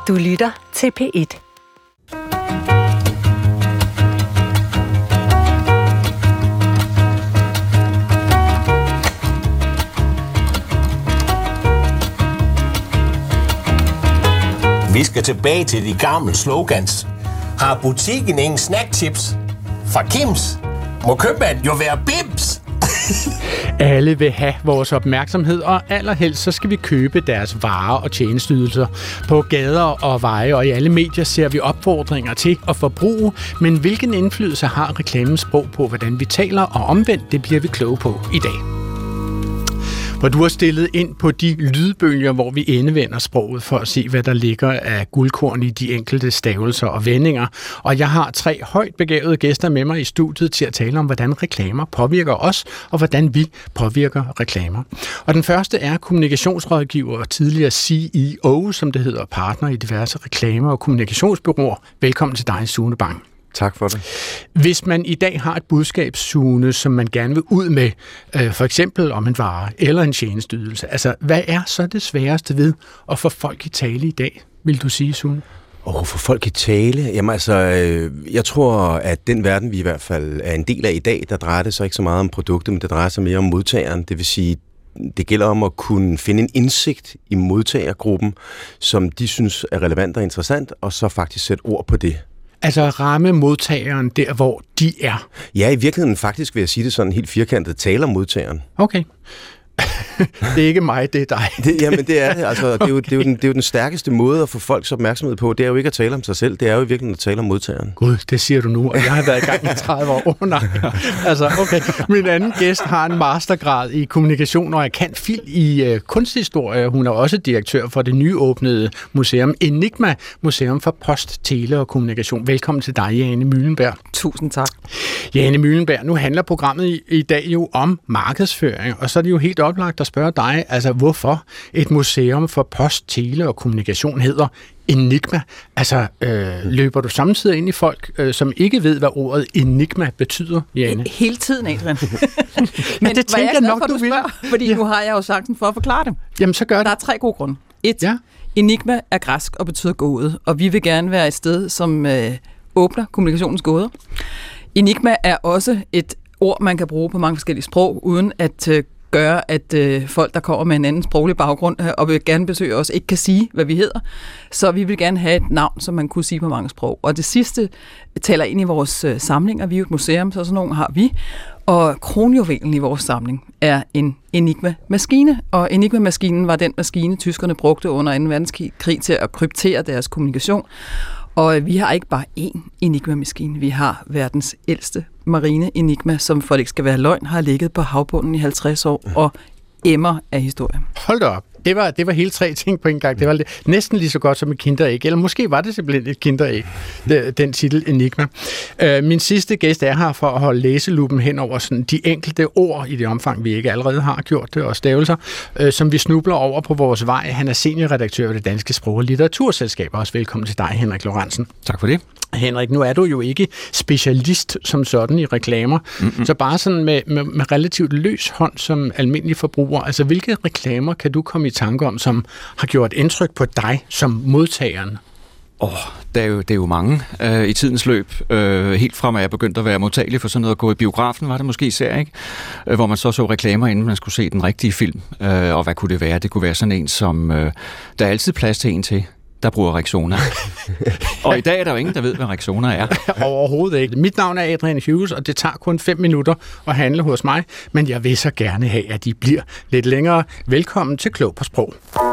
Du lytter til P1. Vi skal tilbage til de gamle slogans. Har butikken ingen snackchips? Fra Kims må købmanden jo være bims. Alle vil have vores opmærksomhed, og allerhelst så skal vi købe deres varer og tjenesteydelser. På gader og veje og i alle medier ser vi opfordringer til at forbruge, men hvilken indflydelse har reklamens sprog på, hvordan vi taler, og omvendt, det bliver vi kloge på i dag. Hvor du har stillet ind på de lydbølger, hvor vi endevender sproget for at se, hvad der ligger af guldkorn i de enkelte stavelser og vendinger. Og jeg har 3 højt begavede gæster med mig i studiet til at tale om, hvordan reklamer påvirker os, og hvordan vi påvirker reklamer. Og den første er kommunikationsrådgiver og tidligere CEO, som det hedder, partner i diverse reklamer og kommunikationsbureauer. Velkommen til dig, Sune Bang. Tak for det. Hvis man i dag har et budskab, Sune, som man gerne vil ud med, for eksempel om en vare eller en tjenesteydelse, altså hvad er så det sværeste ved at få folk i tale i dag, vil du sige, Sune? For folk i tale? Jamen altså, jeg tror, at den verden, vi i hvert fald er en del af i dag, der drejer det sig ikke så meget om produktet, men det drejer sig mere om modtageren. Det vil sige, det gælder om at kunne finde en indsigt i modtagergruppen, som de synes er relevant og interessant, og så faktisk sætte ord på det. Altså ramme modtageren der, hvor de er. Ja, i virkeligheden faktisk vil jeg sige det sådan helt firkantet, tale om modtageren. Okay. Det er ikke mig, det er dig. Jamen det er det. Altså, det er jo den stærkeste måde at få folks opmærksomhed på. Det er jo ikke at tale om sig selv, det er jo i virkeligheden at tale om modtageren. Gud, det siger du nu, og jeg har været i gang i 30 år. Nej. Altså, okay. Min anden gæst har en mastergrad i kommunikation, og jeg kan fil i kunsthistorie. Hun er også direktør for det nyåbnede museum Enigma, Museum for Post, Tele og Kommunikation. Velkommen til dig, Jane Møhlenberg. Tusind tak. Jane Møhlenberg, nu handler programmet i dag jo om markedsføring, og så er det jo helt oplagt at spørge dig, altså hvorfor et museum for post, tele og kommunikation hedder Enigma. Altså, løber du samtidig ind i folk, som ikke ved, hvad ordet enigma betyder, Jane? Hele tiden, Adrian. Men det tænker jeg nok, du vil. Fordi nu har jeg jo sagten for at forklare det. Jamen, så gør det. Der er 3 gode grunde. 1. Ja. Enigma er græsk og betyder gåde, og vi vil gerne være et sted, som åbner kommunikationens gåder. Enigma er også et ord, man kan bruge på mange forskellige sprog, uden at gøre, at folk, der kommer med en anden sproglig baggrund og vil gerne besøge os, ikke kan sige, hvad vi hedder. Så vi vil gerne have et navn, som man kunne sige på mange sprog. Og det sidste taler ind i vores samlinger. Vi er jo et museum, så sådan nogle har vi. Og kronjuvelen i vores samling er en Enigma-maskine. Og Enigma-maskinen var den maskine, tyskerne brugte under 2. verdenskrig til at kryptere deres kommunikation. Og vi har ikke bare én Enigma-maskine. Vi har verdens ældste marine Enigma, som for det ikke skal være løgn, har ligget på havbunden i 50 år og emmer af historie. Hold da op. Det var hele 3 ting på en gang. Det var næsten lige så godt som et kinderæg, eller måske var det simpelthen et kinderæg, den titel Enigma. Min sidste gæst er her for at holde læseluppen hen over sådan de enkelte ord i det omfang, vi ikke allerede har gjort det, og stavelser, som vi snubler over på vores vej. Han er seniorredaktør ved Det Danske Sprog- og Litteraturselskab. Også velkommen til dig, Henrik Lorentzen. Tak for det. Henrik, nu er du jo ikke specialist som sådan i reklamer, så bare sådan med relativt løs hånd som almindelig forbruger. Altså, hvilke reklamer kan du komme i tanke om, som har gjort indtryk på dig som modtageren? Det er jo mange i tidens løb. Helt fra at jeg begyndte at være modtagelig for sådan noget at gå i biografen, var det måske især, ikke? Hvor man så reklamer, inden man skulle se den rigtige film. Og hvad kunne det være? Det kunne være sådan en, som der er altid plads til en til, der bruger Rexona. Og i dag er der jo ingen, der ved, hvad Rexona er. Overhovedet ikke. Mit navn er Adrian Hughes, og det tager kun 5 minutter at handle hos mig, men jeg vil så gerne have, at de bliver lidt længere. Velkommen til Klog på Sprog.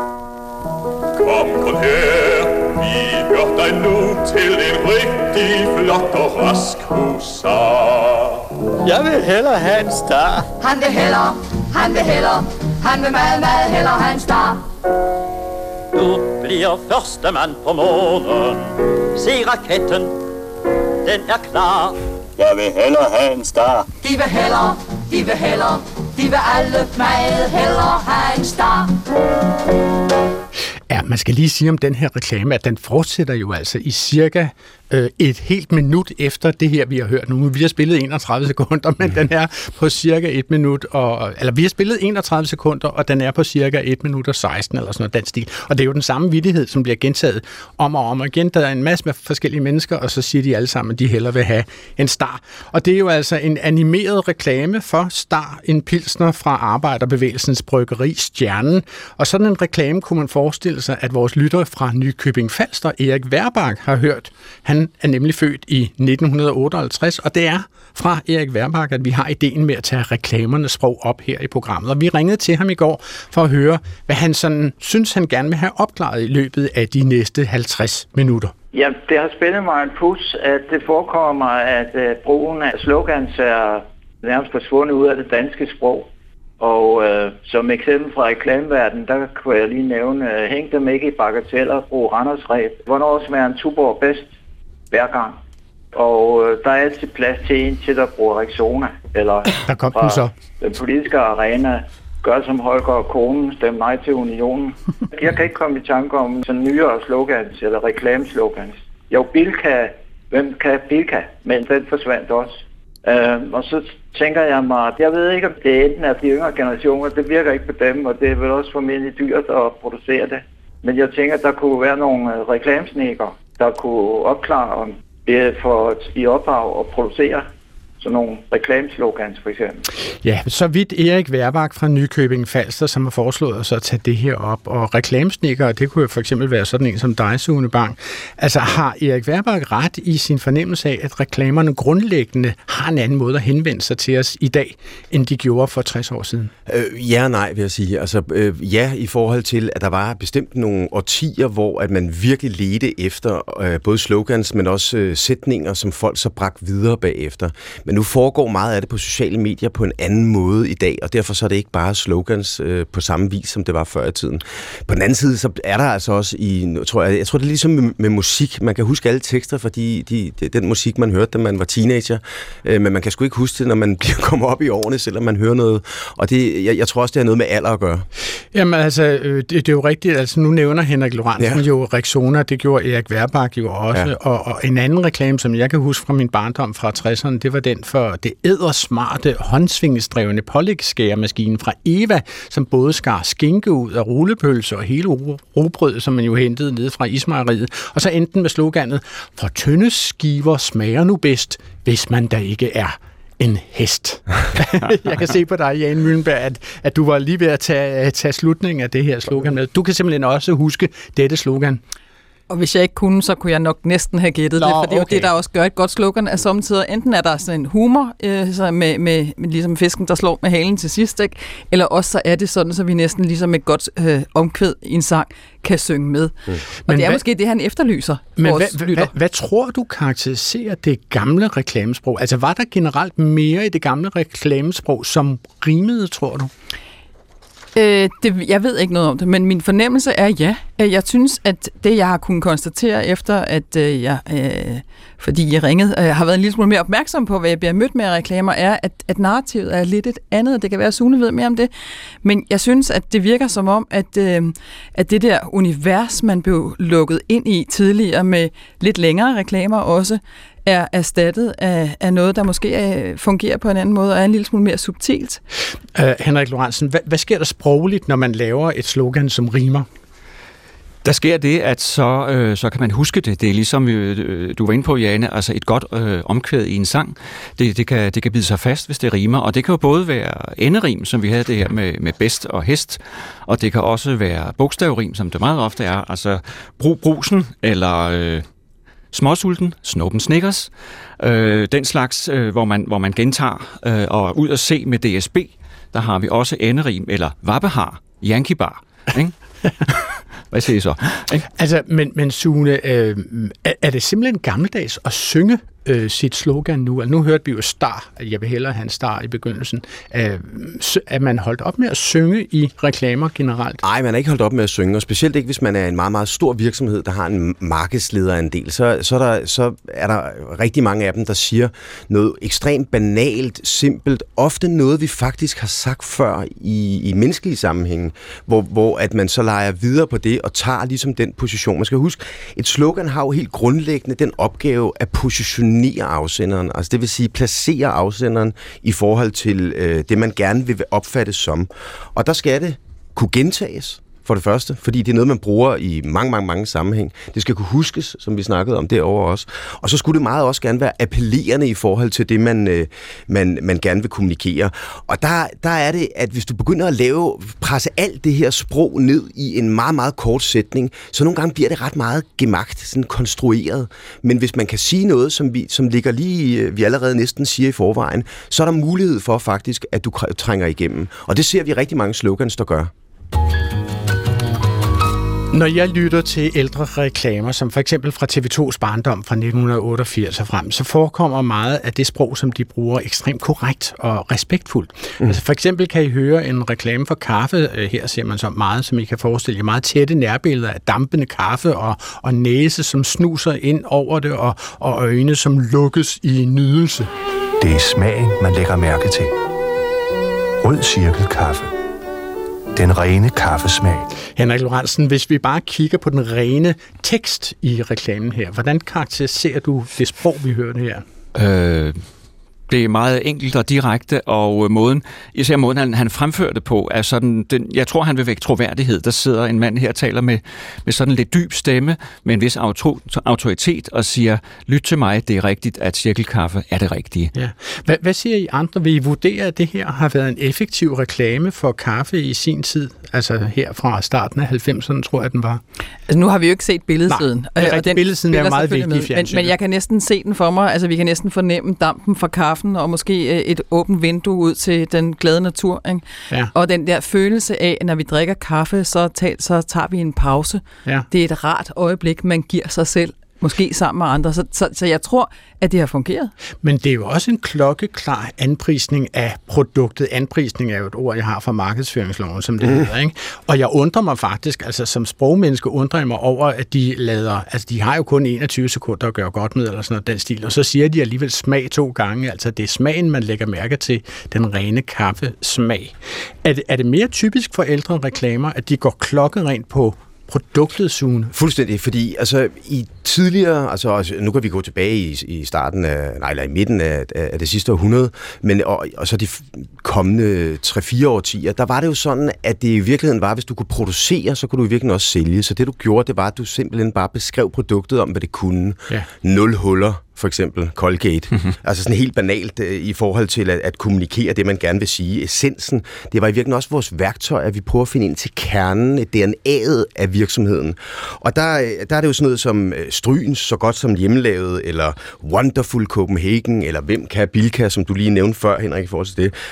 Kom her, vi gør dig nu til en rigtig flot og rask husar. Jeg vil hellere have en star. Han vil hellere, han vil meget hellere have en star. Du bliver første mand på månen. Se raketten, den er klar. Jeg vil hellere have en star. De vil alle meget hellere have en star. Ja, man skal lige sige om den her reklame, at den fortsætter jo altså i cirka et helt minut efter det her, vi har hørt nu. Vi har spillet 31 sekunder, men den er på cirka 1 minut, eller vi har spillet 31 sekunder, og den er på cirka 1 minut og 16, eller sådan noget den stil. Og det er jo den samme vittighed, som bliver gentaget om og om igen. Der er en masse med forskellige mennesker, og så siger de alle sammen, at de hellere vil have en Star. Og det er jo altså en animeret reklame for Star, en pilsner fra Arbejderbevægelsens bryggeri Stjernen. Og sådan en reklame kunne man forestille sig, at vores lytter fra Nykøbing Falster, Erik Verbak, har hørt. Han er nemlig født i 1958, og det er fra Erik Verbak, at vi har ideen med at tage reklamernes sprog op her i programmet. Og vi ringede til ham i går for at høre, hvad han sådan synes, han gerne vil have opklaret i løbet af de næste 50 minutter. Ja, det har spillet mig en pus, at det forekommer mig, at brugen af slogans er nærmest forsvundet ud af det danske sprog. Og som eksempel fra reklameverdenen, der kunne jeg lige nævne, hæng dem ikke i bagateller, brug Randers Ræb. Hvornår smager en Tuborg bedst? Hver gang. Og der er altid plads til en til, der bruger Rexona. Eller der kom den så. Den politiske arena, gør som Holger og konen, stem nej til unionen. Jeg kan ikke komme i tanke om sådan nyere slogans eller reklameslogans. Jo, Bilka, hvem kan Bilka? Men den forsvandt også. Og så tænker jeg mig, jeg ved ikke, om det enten er de yngre generationer, det virker ikke på dem, og det er vel også formentlig dyrt at producere det. Men jeg tænker, at der kunne være nogle reklamesnækker, der kunne opklare, om det er for i ophav at producere sådan nogle reklameslogans for eksempel. Ja, så vidt Erik Verbak fra Nykøbing Falster, som har foreslået os at tage det her op. Og reklamesnikker, det kunne jo for eksempel være sådan en som dig, Sune Bang. Altså har Erik Verbak ret i sin fornemmelse af, at reklamerne grundlæggende har en anden måde at henvende sig til os i dag, end de gjorde for 60 år siden? Ja og nej, vil jeg sige. Altså, ja, i forhold til, at der var bestemt nogle årtier, hvor at man virkelig ledte efter både slogans, men også sætninger, som folk så bragte videre bagefter. Men nu foregår meget af det på sociale medier på en anden måde i dag, og derfor så er det ikke bare slogans på samme vis, som det var før i tiden. På den anden side, så er der altså også jeg tror det er ligesom med musik. Man kan huske alle tekster, fordi den musik, man hørte, da man var teenager, men man kan sgu ikke huske det, når man kommer op i årene, selvom man hører noget. Og jeg tror også, det har noget med alder at gøre. Jamen altså, det er jo rigtigt. Altså, nu nævner Henrik Lorentzen jo Rexona, det gjorde Erik Verbak jo også. Ja. Og en anden reklame, som jeg kan huske fra min barndom fra 60'erne, det var den for det eddersmarte håndsvingesdrevne pålægsskæremaskine fra Eva, som både skar skinke ud af rullepølse og hele rugbrød, som man jo hentede nede fra ismejeriet. Og så endte den med sloganet: for tynde skiver smager nu bedst, hvis man da ikke er en hest. Jeg kan se på dig, Jan Møllenberg, at du var lige ved at tage slutningen af det her slogan med. Du kan simpelthen også huske dette slogan. Og hvis jeg ikke kunne, så kunne jeg nok næsten have gættet det, for det er jo det, der også gør et godt slogan af samtidig. Enten er der sådan en humor, så med ligesom fisken, der slår med halen til sidst, ikke? Eller også så er det sådan, så vi næsten ligesom et godt omkvæd i en sang kan synge med. Og det er måske det, han efterlyser. Men hvad tror du karakteriserer det gamle reklamesprog? Altså var der generelt mere i det gamle reklamesprog, som rimede, tror du? Jeg ved ikke noget om det, men min fornemmelse er ja. Jeg synes, at det, jeg har kunnet konstatere efter, at fordi jeg ringede, har været en lille smule mere opmærksom på, hvad jeg bliver mødt med reklamer, er, at narrativet er lidt et andet. Det kan være, at Sune ved mere om det. Men jeg synes, at det virker som om, at det der univers, man blev lukket ind i tidligere med lidt længere reklamer også, er erstattet af noget, der måske fungerer på en anden måde og er en lille smule mere subtilt. Henrik Lorentzen, hvad sker der sprogligt, når man laver et slogan, som rimer? Der sker det, at så kan man huske det. Det er ligesom, du var inde på, Jane, altså et godt omkvæd i en sang. Det kan bide sig fast, hvis det rimer, og det kan jo både være enderim, som vi havde det her med bedst og hest, og det kan også være bogstavrim, som det meget ofte er, altså brug brusen, eller småsulten, snuppen Snickers, den slags, hvor man gentager, og ud at se med DSB, der har vi også enderim, eller vappehar, Yankee Bar, ikke? Hvad siger I så? Ikke? Altså, men Sune, er det simpelthen gammeldags at synge sit slogan nu? Altså, nu hørte vi jo Star, jeg vil hellere have en star i begyndelsen. Er man holdt op med at synge i reklamer generelt? Nej, man er ikke holdt op med at synge, og specielt ikke, hvis man er en meget, meget stor virksomhed, der har en markedsledерandel. Så er der rigtig mange af dem, der siger noget ekstremt banalt, simpelt, ofte noget, vi faktisk har sagt før i menneskelige sammenhænge, hvor at man så leger videre på det og tager ligesom den position. Man skal huske, et slogan har jo helt grundlæggende den opgave at positionere afsenderen, altså det vil sige placere afsenderen i forhold til det, man gerne vil opfattes som. Og der skal det kunne gentages, for det første, fordi det er noget, man bruger i mange sammenhæng. Det skal kunne huskes, som vi snakkede om derovre også. Og så skulle det meget også gerne være appellerende i forhold til det, man gerne vil kommunikere. Og der er det, at hvis du begynder at presse alt det her sprog ned i en meget, meget kort sætning, så nogle gange bliver det ret meget gemagt, sådan konstrueret. Men hvis man kan sige noget, som ligger lige, vi allerede næsten siger i forvejen, så er der mulighed for faktisk, at du trænger igennem. Og det ser vi rigtig mange slogans, der gør. Når jeg lytter til ældre reklamer, som for eksempel fra TV2's barndom fra 1988 og frem, så forekommer meget af det sprog, som de bruger, ekstremt korrekt og respektfuldt. Altså for eksempel kan I høre en reklame for kaffe. Her ser man så meget, som I kan forestille jer, meget tætte nærbilleder af dampende kaffe og næse, som snuser ind over det, og øjne, som lukkes i nydelse. Det er smagen, man lægger mærke til. Rød cirkelkaffe. Den rene kaffesmag. Henrik Lorentzen, hvis vi bare kigger på den rene tekst i reklamen her, hvordan karakteriserer du det sprog, vi hørte her? Det er meget enkelt og direkte, og især måden, han fremfører det på, er sådan, jeg tror, han vil vække troværdighed. Der sidder en mand her og taler med sådan lidt dyb stemme, med en vis autoritet, og siger, lyt til mig, det er rigtigt, at cirkelkaffe er det rigtige. Ja. Hvad siger I andre? Vil I vurdere, at det her har været en effektiv reklame for kaffe i sin tid? Altså her fra starten af 90'erne, tror jeg, den var. Altså nu har vi jo ikke set billedsiden. Nej, og den billedsiden er jo meget vigtig i fjernsynet. Men jeg kan næsten se den for mig. Altså vi kan næsten fornemme dampen fra kaffen, og måske et åbent vindue ud til den glade natur. Ikke? Ja. Og den der følelse af, når vi drikker kaffe, så tager vi en pause. Ja. Det er et rart øjeblik, man giver sig selv. Måske sammen med andre. Så jeg tror, at det har fungeret. Men det er jo også en klokkeklar anprisning af produktet. Anprisning er jo et ord, jeg har fra markedsføringsloven, som det hedder. Ikke? Og jeg undrer mig faktisk, altså som sprogmenneske undrer jeg mig over, at de har jo kun 21 sekunder at gøre godt med, eller sådan noget den stil, og så siger de alligevel smag 2 gange. Altså det er smagen, man lægger mærke til, den rene kaffesmag. Er det mere typisk for ældre reklamer, at de går klokkerent på produktet sugende? Fuldstændig, fordi altså i tidligere, altså nu kan vi gå tilbage i starten af, eller i midten af det sidste århundrede, men og så de kommende 3-4 årtier, der var det jo sådan, at det i virkeligheden var, hvis du kunne producere, så kunne du i virkeligheden også sælge. Så det du gjorde, det var, at du simpelthen bare beskrev produktet om, hvad det kunne. Ja. 0 huller, for eksempel Colgate. Altså sådan helt banalt i forhold til at kommunikere det, man gerne vil sige. Essensen, det var i virkeligheden også vores værktøj, at vi prøver at finde ind til kernen, DNA'et af virksomheden. Og der er det jo sådan noget som Strygens, så godt som hjemmelavet, eller Wonderful Copenhagen, eller Hvem kan Bilka, som du lige nævnte før, Henrik, i forhold til det.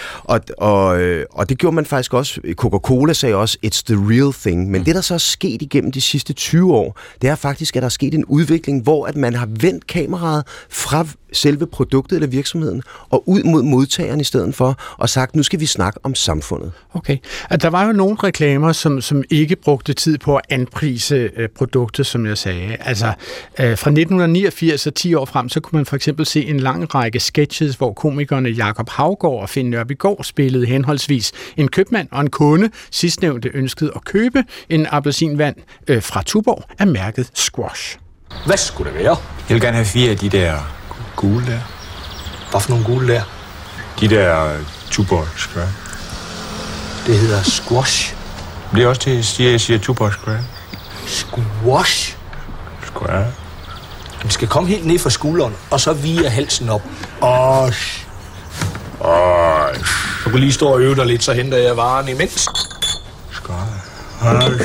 Og det gjorde man faktisk også. Coca-Cola sagde også, it's the real thing. Men det, der så er sket igennem de sidste 20 år, det er faktisk, at der er sket en udvikling, hvor at man har vendt kameraet fra selve produktet eller virksomheden og ud mod modtageren i stedet for, og sagt, nu skal vi snakke om samfundet. Okay. Der var jo nogle reklamer, som ikke brugte tid på at anprise produktet, som jeg sagde. Altså, fra 1989 og 10 år frem, så kunne man for eksempel se en lang række sketches, hvor komikerne Jakob Haugaard og Finn Nørbygaard spillede henholdsvis en købmand og en kunde. Sidstnævnte ønskede at købe en appelsinvand fra Tuborg af mærket Squash. Hvad skulle det være? Jeg vil gerne have 4 af de der gule der. Hvad for nogle gule der? De der Tuborg Square. Det hedder squash. Det er også til, jeg siger Tuborg Square. Squash? Square. Vi skal komme helt ned fra skulderen, og så via halsen op. Osh. Du kan lige stå og øve dig lidt, så henter jeg varen imens. Square.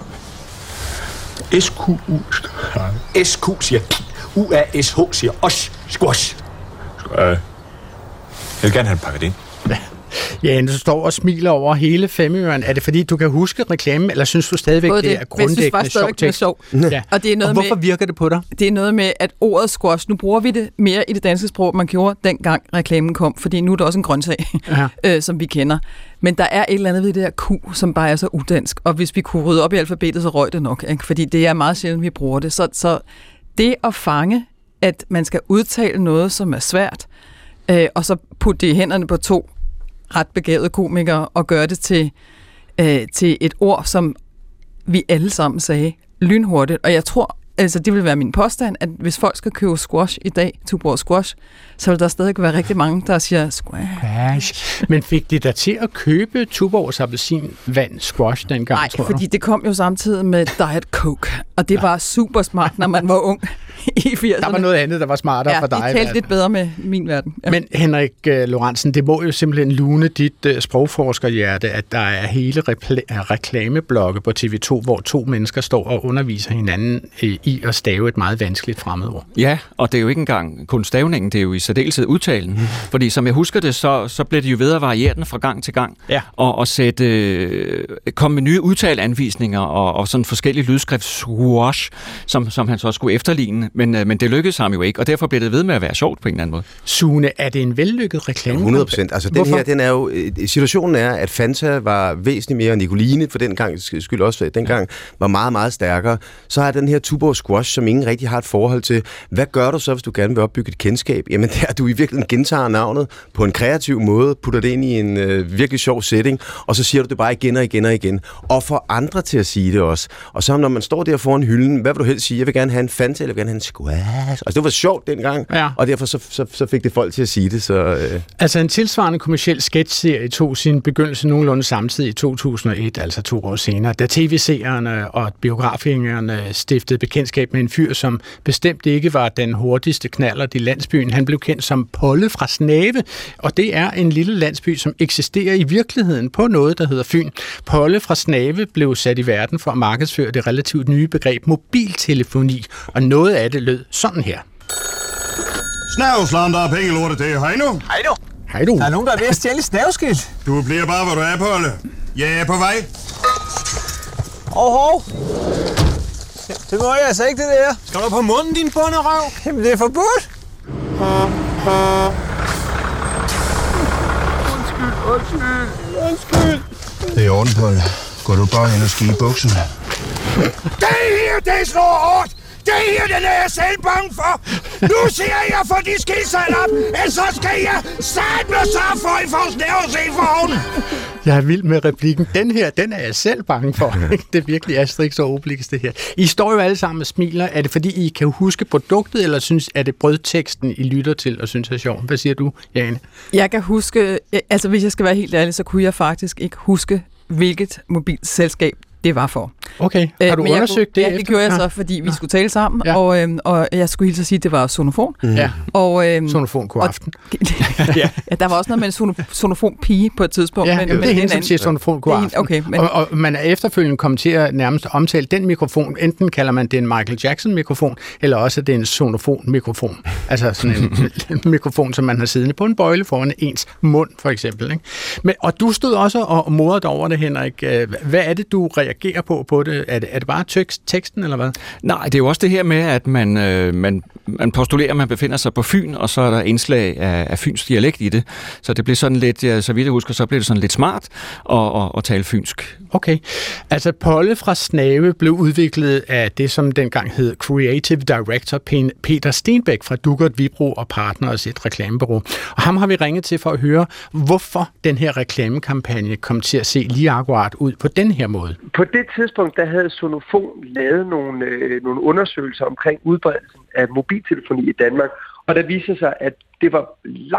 S-Q-U. S-Q siger U-A-S-H siger osh. Squash. Jeg vil gerne have en pakket ind. Ja, du står og smiler over hele Femøren. Er det fordi, du kan huske reklamen, eller synes du stadigvæk, det er grundlæggende sjov tekst? Ja. Og, det er noget hvorfor virker det på dig? Det er noget med, at ordet squash, nu bruger vi det mere i det danske sprog, man gjorde dengang reklamen kom, fordi nu er det også en grøntsag, som vi kender. Men der er et eller andet ved det her Q, som bare er så udansk, og hvis vi kunne rydde op i alfabetet, så røg det nok, ikke? Fordi det er meget sjældent, vi bruger det. Så det at fange, at man skal udtale noget, som er svært, og så putte det i hænderne på to ret begavede komikere, og gøre det til et ord, som vi alle sammen sagde lynhurtigt. Og jeg tror, altså det vil være min påstand, at hvis folk skal købe squash i dag, Tuborg squash, så vil der stadig være rigtig mange, der siger squash. Men fik det dig til at købe Tuborgs appelsinvand squash dengang, tror jeg? Nej, fordi det kom jo samtidig med Diet Coke, og det var super smart, når man var ung i 80'erne. Der var noget andet, der var smartere for dig. Ja, det talte lidt bedre med min verden. Ja. Men Henrik Lorentzen, det må jo simpelthen lune dit sprogforskerhjerte, at der er hele reklameblokke på TV2, hvor to mennesker står og underviser hinanden i at stave et meget vanskeligt fremmedord. Ja, og det er jo ikke engang kun stavningen, det er jo i særdeleshed udtalen. Fordi som jeg husker det, så blev det jo ved at variere den fra gang til gang. Ja. Og komme med nye udtaleanvisninger og sådan forskellige lydskrift squash, som han så skulle efterligne. Men det lykkedes ham jo ikke, og derfor blev det ved med at være sjovt på en eller anden måde. Sune, er det en vellykket reklame? 100%. Altså den her, den er jo... Situationen er, at Fanta var væsentligt mere, Nicoline for den gang skyld også, dengang var meget, meget stærkere. Så har den her Tuborg squash, som ingen rigtig har et forhold til. Hvad gør du så, hvis du gerne vil opbygge et kendskab? Jamen, det er, at du i virkeligheden gentager navnet på en kreativ måde, putter det ind i en virkelig sjov setting, og så siger du det bare igen og igen og igen. Og får andre til at sige det også. Og så når man står der foran hylden, hvad vil du helst sige? Jeg vil gerne have en Fanta, eller jeg vil gerne have en squash. Altså, det var sjovt dengang, og derfor så fik det folk til at sige det. Så, Altså, en tilsvarende kommerciel sketchserie tog sin begyndelse nogenlunde samtidig i 2001, altså 2 år senere, da tv-seerne og biografingerne stiftede bekendtskab med en fyr, som bestemt ikke var den hurtigste knallert i landsbyen. Han blev kendt som Polle fra Snave, og det er en lille landsby, som eksisterer i virkeligheden på noget, der hedder Fyn. Polle fra Snave blev sat i verden for at markedsføre det relativt nye begreb mobiltelefoni, og noget af det lød sådan her. Snavsland, der er pengelorte til. Hej nu. Hej du. Hej du. Der er nogen, der er ved at stjæle snavskilt. Du bliver bare, hvor du er, Polle. Jeg er på vej. Hov. Det må jeg altså ikke, det der. Skal du på munden, din bunderøv? Jamen, det er forbudt. Undskyld. Det er i orden, Polle. Går du bare hen og ski i bukserne? Det her, det slår hårdt. Det her, den er jeg selv bange for. Nu ser jeg for de skilsat op, ellers så skal jeg satme så for I får snæver se for hånden. Jeg er vild med replikken. Den her, den er jeg selv bange for. Det er virkelig Asterix og Obelix, det her. I står jo alle sammen og smiler. Er det fordi, I kan huske produktet, eller er det brødteksten, I lytter til og synes er sjov? Hvad siger du, Jane? Jeg kan huske, altså hvis jeg skal være helt ærlig, så kunne jeg faktisk ikke huske, hvilket mobilselskab det var for. Okay, har du undersøgt det? Ja, det gjorde jeg så, fordi vi skulle tale sammen, og jeg skulle hilse at sige, at det var sonofon. Ja, og, sonofon god aften. Ja, der var også noget med en sonofon-pige på et tidspunkt. Ja, det er hende, som siger sonofon god aften. Okay, men... og man er efterfølgende kommet til at nærmest omtale den mikrofon. Enten kalder man det en Michael Jackson-mikrofon, eller også det er en sonofon-mikrofon. Altså sådan en mikrofon, som man har siddende på en bøjle foran ens mund, for eksempel. Ikke? Men, og du stod også og morede dig over det, Henrik. Hvad er det, du reagerer på det? Er det bare teksten, eller hvad? Nej, det er jo også det her med, at man postulerer, at man befinder sig på Fyn, og så er der indslag af fyns dialekt i det. Så det bliver sådan lidt, så vidt jeg husker, så bliver det sådan lidt smart at tale fynsk. Okay. Altså, Polle fra Snave blev udviklet af det, som dengang hed Creative Director Peter Stenbæk fra Duggert Vibro og Partners, et reklamebureau. Og ham har vi ringet til for at høre, hvorfor den her reklamekampagne kom til at se lige akkurat ud på den her måde. På det tidspunkt, der havde Sonofon lavet nogle undersøgelser omkring udbredelsen af mobiltelefoni i Danmark, og der viser sig, at det var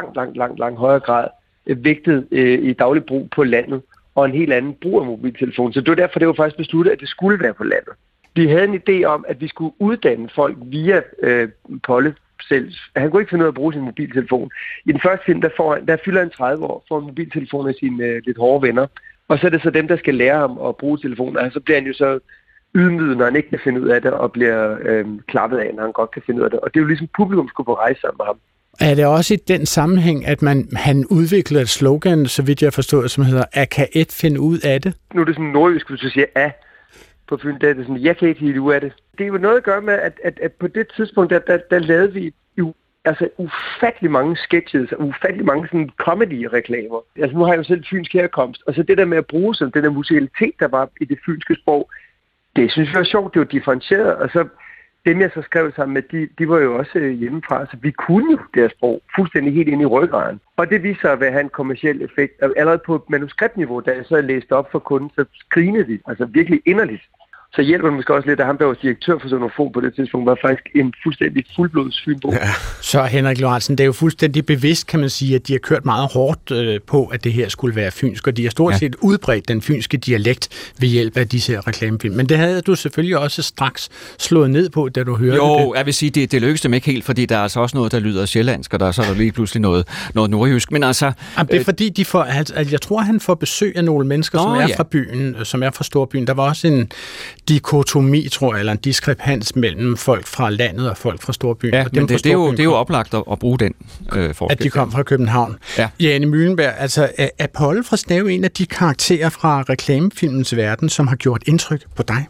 langt højere grad vægtet i daglig brug på landet, og en helt anden brug af mobiltelefon. Så det var derfor, det var faktisk besluttet, at det skulle være på landet. Vi havde en idé om, at vi skulle uddanne folk via Polle selv. Han kunne ikke finde ud af at bruge sin mobiltelefon. I den første film, der fylder han 30 år, får en mobiltelefon af sine lidt hårde venner. Og så er det så dem, der skal lære ham at bruge telefonen. Og så bliver han jo så ydmyget, når han ikke kan finde ud af det, og bliver klappet af, når han godt kan finde ud af det. Og det er jo ligesom publikum skulle på rejse sammen med ham. Er det også i den sammenhæng, at han udvikler et slogan, så vidt jeg forstår, som hedder, at kan et finde ud af det? Nu er det sådan nordjysk, hvis du siger af på Fyn, der er det sådan, jeg kan ikke finde ud af det. Det er jo noget at gøre med, at på det tidspunkt, der lavede vi jo ufattelig mange sketches, ufattelig mange sådan comedy-reklamer. Altså nu har jeg jo selv fynsk herkomst, og så det der med at bruge sådan den der musikalitet, der var i det fynske sprog, det synes jeg var sjovt, det var differentieret, og så dem jeg så skrev sammen med, de var jo også hjemmefra, så vi kunne jo deres sprog fuldstændig helt ind i ryggraden. Og det viser sig at have en kommerciel effekt. Allerede på manuskriptniveau, da jeg så læste op for kunden, så grinede de, altså virkelig inderligt. Så hjælper det måske også lidt, at ham, der var direktør for Sonofon på det tidspunkt, var faktisk en fuldstændig fuldblods fynbo. Ja. Så Henrik Lorentzen, det er jo fuldstændig bevidst, kan man sige, at de har kørt meget hårdt på, at det her skulle være fynsk, og de har stort set udbredt den fynske dialekt ved hjælp af disse her reklamefilm. Men det havde du selvfølgelig også straks slået ned på, da du hørte det. Jo, jeg vil sige, det lykkedes dem ikke helt, fordi der er altså også noget, der lyder sjællandsk, og så er der lige pludselig noget nordjysk. Men altså... det er fordi, jeg tror, han får besøg af nogle mennesker, som er fra byen, som er fra storbyen. Der var også en dikotomi, tror jeg, eller en diskrepans mellem folk fra landet og folk fra storbyen. Ja, men det er jo oplagt at bruge den forskel. At de kom fra København. Ja. Jane Møhlenberg, altså er Polle fra Snave en af de karakterer fra reklamefilmens verden, som har gjort indtryk på dig?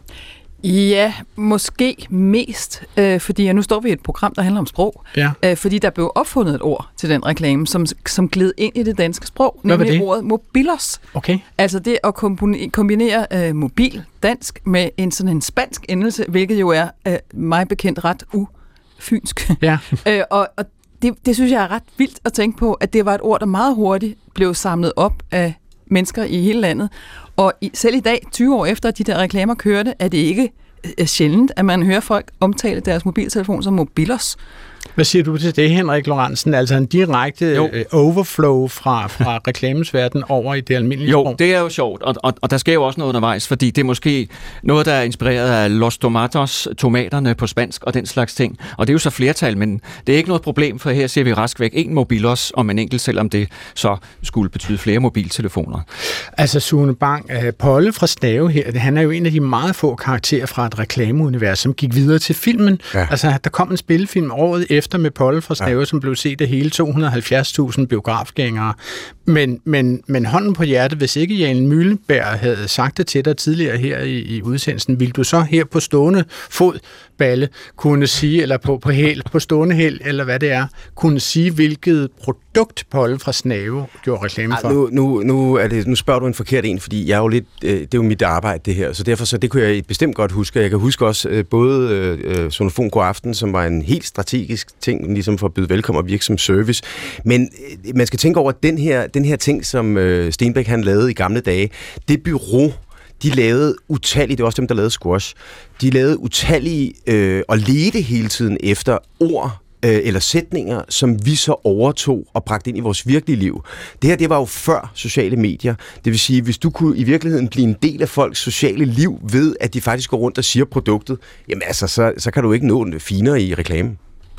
Ja, måske mest, fordi nu står vi i et program, der handler om sprog. Ja. Fordi der blev opfundet et ord til den reklame, som gled ind i det danske sprog, nemlig ordet mobilos. Okay. Altså det at kombinere mobil dansk med sådan en spansk endelse, hvilket jo er mig bekendt ret ufynsk. Ja. Og det synes jeg er ret vildt at tænke på, at det var et ord, der meget hurtigt blev samlet op af mennesker i hele landet. Og selv i dag, 20 år efter, at de der reklamer kørte, er det ikke sjældent, at man hører folk omtale deres mobiltelefon som mobilos. Hvad siger du til det, Henrik Lorentzen? Altså en direkte overflow fra reklamens verden over i det almindelige sprog? Jo, det er jo sjovt, og der sker jo også noget undervejs, fordi det er måske noget, der er inspireret af los tomatos, tomaterne på spansk og den slags ting. Og det er jo så flertal, men det er ikke noget problem, for her ser vi rask væk en mobilos om en enkelt, selvom det så skulle betyde flere mobiltelefoner. Altså Sune Bang, Polle fra Snave her, han er jo en af de meget få karakterer fra et reklameunivers, som gik videre til filmen. Ja. Altså der kom en spillefilm året efter med Polle fra Snave, som blev set af hele 270.000 biografgængere. Men hånden på hjertet, hvis ikke Jane Møhlenberg havde sagt det til dig tidligere her i udsendelsen, ville du så her på stående fod, Balle, kunne sige, eller på stående hæld, eller hvad det er, kunne sige, hvilket produkt Polle fra Snave gjorde reklame for? Nu spørger du en forkert en, fordi jeg er jo lidt, det er jo mit arbejde det her, så derfor så det kunne jeg bestemt godt huske. Jeg kan huske også både Sonofon God Aften, som var en helt strategisk ting, ligesom for at byde velkommen og virke som service. Men man skal tænke over, at den her ting, som Stenbæk han lavede i gamle dage, det bureau, de lavede utallige, det var også dem, der lavede Squash, de lavede utallige og ledte hele tiden efter ord eller sætninger, som vi så overtog og bragte ind i vores virkelige liv. Det her, det var jo før sociale medier. Det vil sige, hvis du kunne i virkeligheden blive en del af folks sociale liv ved, at de faktisk går rundt og siger produktet, jamen altså, så kan du ikke nå det finere i reklamen.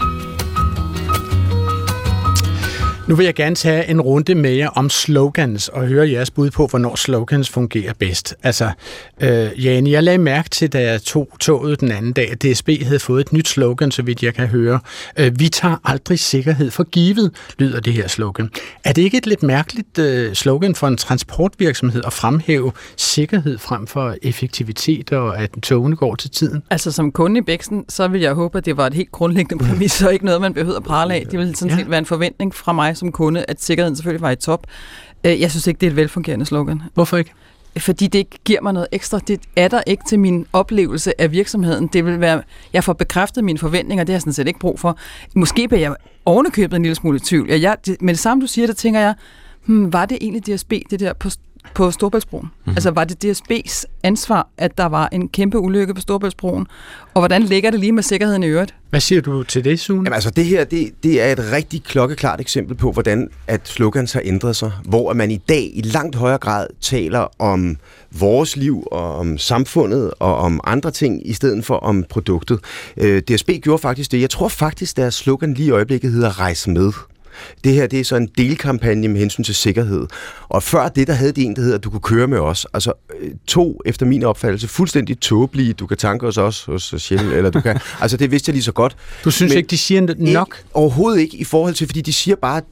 Nu vil jeg gerne tage en runde med jer om slogans og høre jeres bud på, hvornår slogans fungerer bedst. Altså, Jane, jeg lagde mærke til, da jeg tog toget den anden dag, at DSB havde fået et nyt slogan, så vidt jeg kan høre. Vi tager aldrig sikkerhed for givet, lyder det her slogan. Er det ikke et lidt mærkeligt slogan for en transportvirksomhed at fremhæve sikkerhed frem for effektivitet og at togene går til tiden? Altså som kunde i Bæksten, så vil jeg håbe, at det var et helt grundlæggende præmis, så ikke noget, man behøver at prale af. Det vil sådan set være en forventning fra mig som kunde, at sikkerheden selvfølgelig var i top. Jeg synes ikke, det er et velfungerende slogan. Hvorfor ikke? Fordi det giver mig noget ekstra. Det er der ikke til min oplevelse af virksomheden. Det vil være, jeg får bekræftet mine forventninger, det har jeg sådan set ikke brug for. Måske bliver jeg ovenikøbet en lille smule i tvivl. Men det samme du siger, der tænker jeg, var det egentlig DSB, det der på Storebæltsbroen? Mm-hmm. Altså var det DSB's ansvar, at der var en kæmpe ulykke på Storebæltsbroen? Og hvordan ligger det lige med sikkerheden i øvrigt? Hvad siger du til det, Sune? Jamen altså det her, det er et rigtig klokkeklart eksempel på, hvordan at slogans har ændret sig. Hvor man i dag i langt højere grad taler om vores liv og om samfundet og om andre ting, i stedet for om produktet. DSB gjorde faktisk det. Jeg tror faktisk, deres slogan lige i øjeblikket hedder Rejs med. Det her, det er så en delkampagne med hensyn til sikkerhed. Og før det, der havde de en, der hedder, at du kunne køre med os. Altså 2, efter min opfattelse, fuldstændig tåbelige. Du kan tanke os også hos Shell, eller du kan... Altså det vidste jeg lige så godt. Du synes ikke, de siger nok? Overhovedet ikke i forhold til, fordi de siger bare,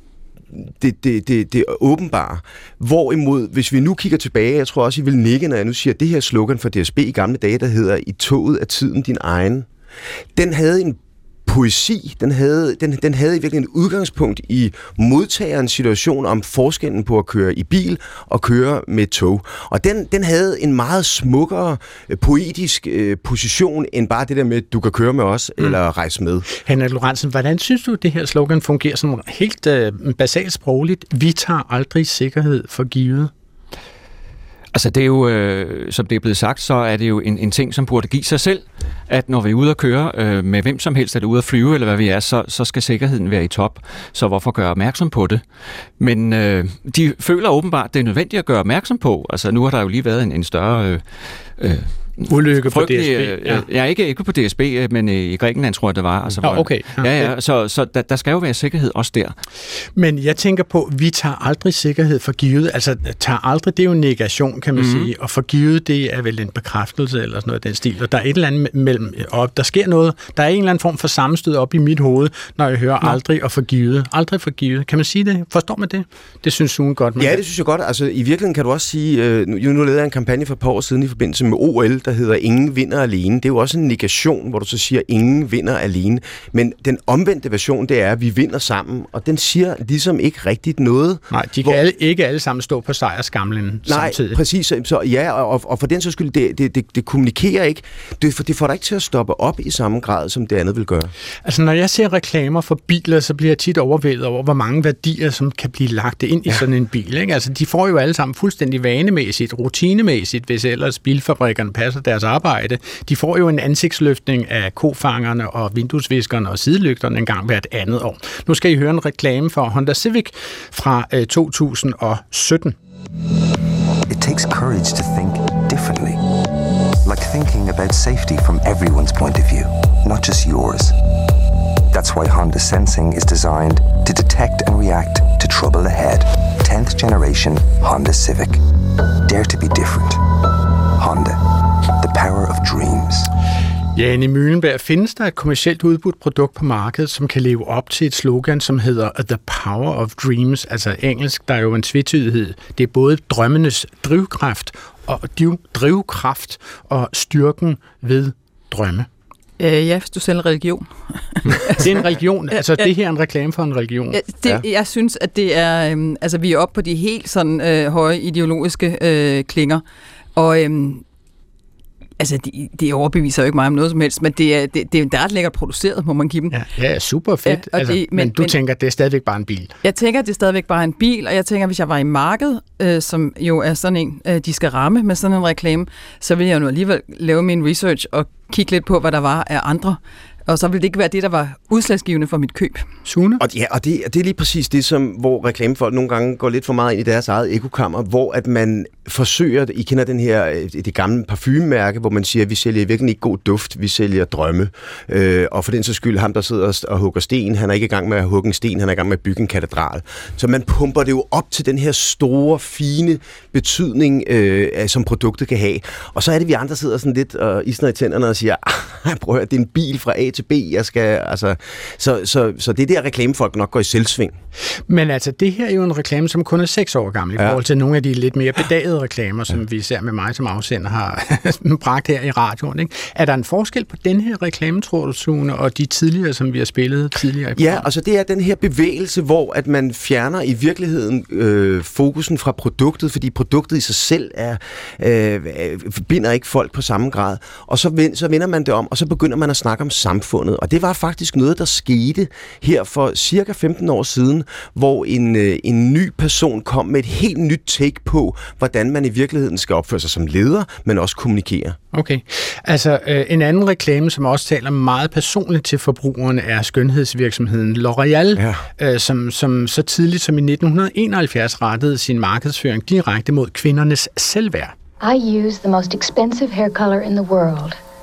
det åbenbare. Hvorimod, hvis vi nu kigger tilbage, jeg tror også, I vil nikke, når jeg nu siger, det her slogan for DSB i gamle dage, der hedder, i toget er tiden din egen. Den havde en poesi, den havde i virkeligheden et udgangspunkt i modtagerens situation om forskellen på at køre i bil og køre med tog. Og den havde en meget smukkere poetisk position end bare det der med, du kan køre med os eller rejse med. Henrik Lorentzen, hvordan synes du, det her slogan fungerer sådan helt basalt sprogligt? Vi tager aldrig sikkerhed for givet. Altså det er jo, som det er blevet sagt, så er det jo en ting, som burde give sig selv, at når vi er ude at køre med hvem som helst, er det ude at flyve, eller hvad vi er, så skal sikkerheden være i top. Så hvorfor gøre opmærksom på det? Men de føler åbenbart, at det er nødvendigt at gøre opmærksom på. Altså nu har der jo lige været en større... ulykke på DSB. Ja, ikke på DSB, men i Grækenland, tror jeg, det var. Altså, okay. Så der skal jo være sikkerhed også der. Men jeg tænker på, vi tager aldrig sikkerhed for givet. Altså, tager aldrig, det er jo en negation, kan man sige. Og for givet, det er vel en bekræftelse eller sådan noget af den stil. Og der er et eller andet mellem, og der sker noget. Der er en eller anden form for sammenstød op i mit hoved, når jeg hører aldrig og for givet. Aldrig for givet. Kan man sige det? Forstår man det? Det synes Sune godt. Ja, det synes jeg godt. Altså, i virkeligheden kan du også sige, nu lavede jeg en kampagne for et par år siden i forbindelse med OL, der hedder Ingen vinder alene. Det er jo også en negation, hvor du så siger, ingen vinder alene. Men den omvendte version, det er, at vi vinder sammen, og den siger ligesom ikke rigtigt noget. Nej, de kan ikke alle sammen stå på sejrskamlen samtidig. Nej, præcis. Så ja, og for den så skyld, det kommunikerer ikke. Det får dig ikke til at stoppe op i samme grad, som det andet vil gøre. Altså, når jeg ser reklamer for biler, så bliver jeg tit overvældet over, hvor mange værdier, som kan blive lagt ind i sådan en bil. Ikke? Altså, de får jo alle sammen fuldstændig vanemæssigt, rutinemæssigt, hvis ellers bilfabrikkerne passer deres arbejde. De får jo en ansigtsløftning af kofangerne og vinduesviskerne og sidelygterne en gang hvert andet år. Nu skal I høre en reklame for Honda Civic fra 2017. It takes courage to think differently. Like thinking about safety from everyone's point of view, not just yours. That's why Honda Sensing is designed to detect and react to trouble ahead. 10th generation Honda Civic. Dare to be different. Honda. The power of dreams. Ja, i Møhlenberg, findes der et kommercielt udbudt produkt på markedet, som kan leve op til et slogan, som hedder The Power of Dreams, altså engelsk, der er jo en tvetydighed. Det er både drømmenes drivkraft og styrken ved drømme. Ja, hvis du sælger religion. Det er en religion. Altså, det her er en reklame for en religion. Jeg synes, at det er... altså, vi er oppe på de helt sådan høje ideologiske klinger. Og... altså, det overbeviser jo ikke mig om noget som helst, men det er ret lækkert produceret, må man give dem. Ja, super fedt. Ja, altså, men du tænker, at det er stadigvæk bare en bil? Jeg tænker, at det er stadigvæk bare en bil, og jeg tænker, at hvis jeg var i markedet, som jo er sådan en, de skal ramme med sådan en reklame, så vil jeg jo nu alligevel lave min research og kigge lidt på, hvad der var af andre. Og så ville det ikke være det, der var udslagsgivende for mit køb. Sune? Og det er lige præcis det, hvor reklamefolk nogle gange går lidt for meget ind i deres eget ekokammer, hvor at man forsøger, I kender det gamle parfumemærke, hvor man siger, at vi sælger virkelig ikke god duft, vi sælger drømme. Og for den så skyld, ham der sidder og hugger sten, han er ikke i gang med at hugge en sten, han er i gang med at bygge en katedral. Så man pumper det jo op til den her store, fine betydning, som produktet kan have. Og så er det, vi andre sidder sådan lidt og isner i tænderne og siger, prøv at høre, det er en bil fra A til B, jeg skal, altså... Så det er der, reklamefolk nok går i selvsving. Men altså, det her er jo en reklame, som kun er 6 år gammel, i forhold til nogle af de lidt mere bedagede reklamer, som vi især med mig som afsender har bragt her i radioen. Ikke? Er der en forskel på den her reklame, tror du, Sune, og de tidligere, som vi har spillet tidligere? Ja, altså det er den her bevægelse, hvor at man fjerner i virkeligheden fokusen fra produktet, fordi produktet i sig selv binder ikke folk på samme grad. Og så vender man det om, og så begynder man at snakke om samfundet. Og det var faktisk noget, der skete her for cirka 15 år siden, hvor en ny person kom med et helt nyt take på, hvordan man i virkeligheden skal opføre sig som leder, men også kommunikere. Okay. Altså, en anden reklame, som også taler meget personligt til forbrugerne, er skønhedsvirksomheden L'Oréal, som så tidligt som i 1971 rettede sin markedsføring direkte mod kvindernes selvværd. I use the most expensive hair color in the world.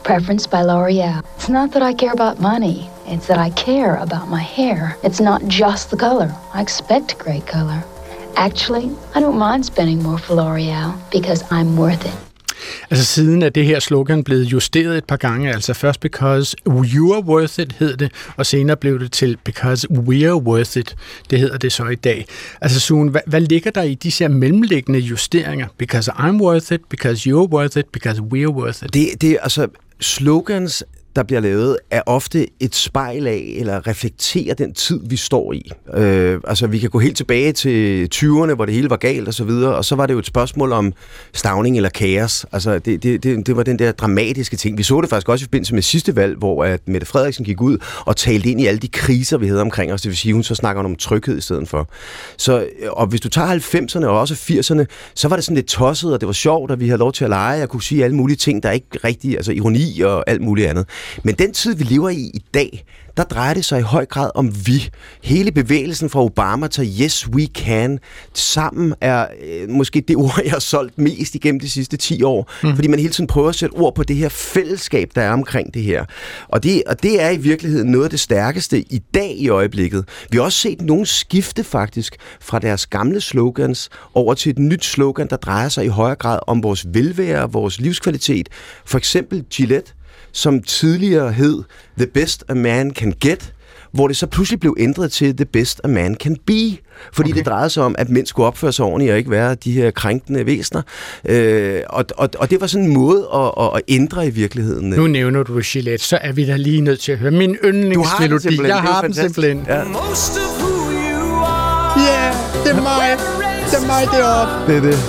Preference by L'Oreal. It's not that I care about money. It's that I care about my hair. It's not just the color. I expect great color. Actually, I don't mind spending more for L'Oreal because I'm worth it. Altså siden er det her slogan blevet justeret et par gange, altså først because you're worth it hed det, og senere blev det til because we're worth it, det hedder det så i dag. Altså Sune, hvad ligger der i disse her mellemliggende justeringer? Because I'm worth it, because you're worth it, because we're worth it. Det er altså slogans, der bliver lavet, er ofte et spejl af, eller reflekterer den tid, vi står i. Altså, vi kan gå helt tilbage til 20'erne, hvor det hele var galt og så videre, og så var det jo et spørgsmål om stavning eller kaos. Altså, det var den der dramatiske ting. Vi så det faktisk også i forbindelse med sidste valg, hvor at Mette Frederiksen gik ud og talte ind i alle de kriser, vi havde omkring os. Det vil sige, hun så snakker om tryghed i stedet for. Så, og hvis du tager 90'erne og også 80'erne, så var det sådan lidt tosset, og det var sjovt, at vi havde lov til at lege og kunne sige alle mulige ting, der ikke rigtig, altså ironi og alt muligt andet. Men den tid, vi lever i dag, der drejer det sig i høj grad om vi. Hele bevægelsen fra Obama til Yes We Can sammen er måske det ord, jeg har solgt mest igennem de sidste 10 år. Fordi man hele tiden prøver at sætte ord på det her fællesskab, der er omkring det her. Og det er i virkeligheden noget af det stærkeste i dag i øjeblikket. Vi har også set nogle skifte faktisk fra deres gamle slogans over til et nyt slogan, der drejer sig i højere grad om vores velvære, vores livskvalitet. For eksempel Gillette, som tidligere hed The Best a Man Can Get, hvor det så pludselig blev ændret til The Best a Man Can Be, fordi det drejede sig om, at mænd skulle opføre sig ordentligt og ikke være de her krænkende væsener. Og det var sådan en måde at ændre i virkeligheden. Nu nævner du Gillette, så er vi da lige nødt til at høre min yndlingsmelodi. Jeg har den simpelthen. Ja, det er mig. Det er mig deroppe. Det er det.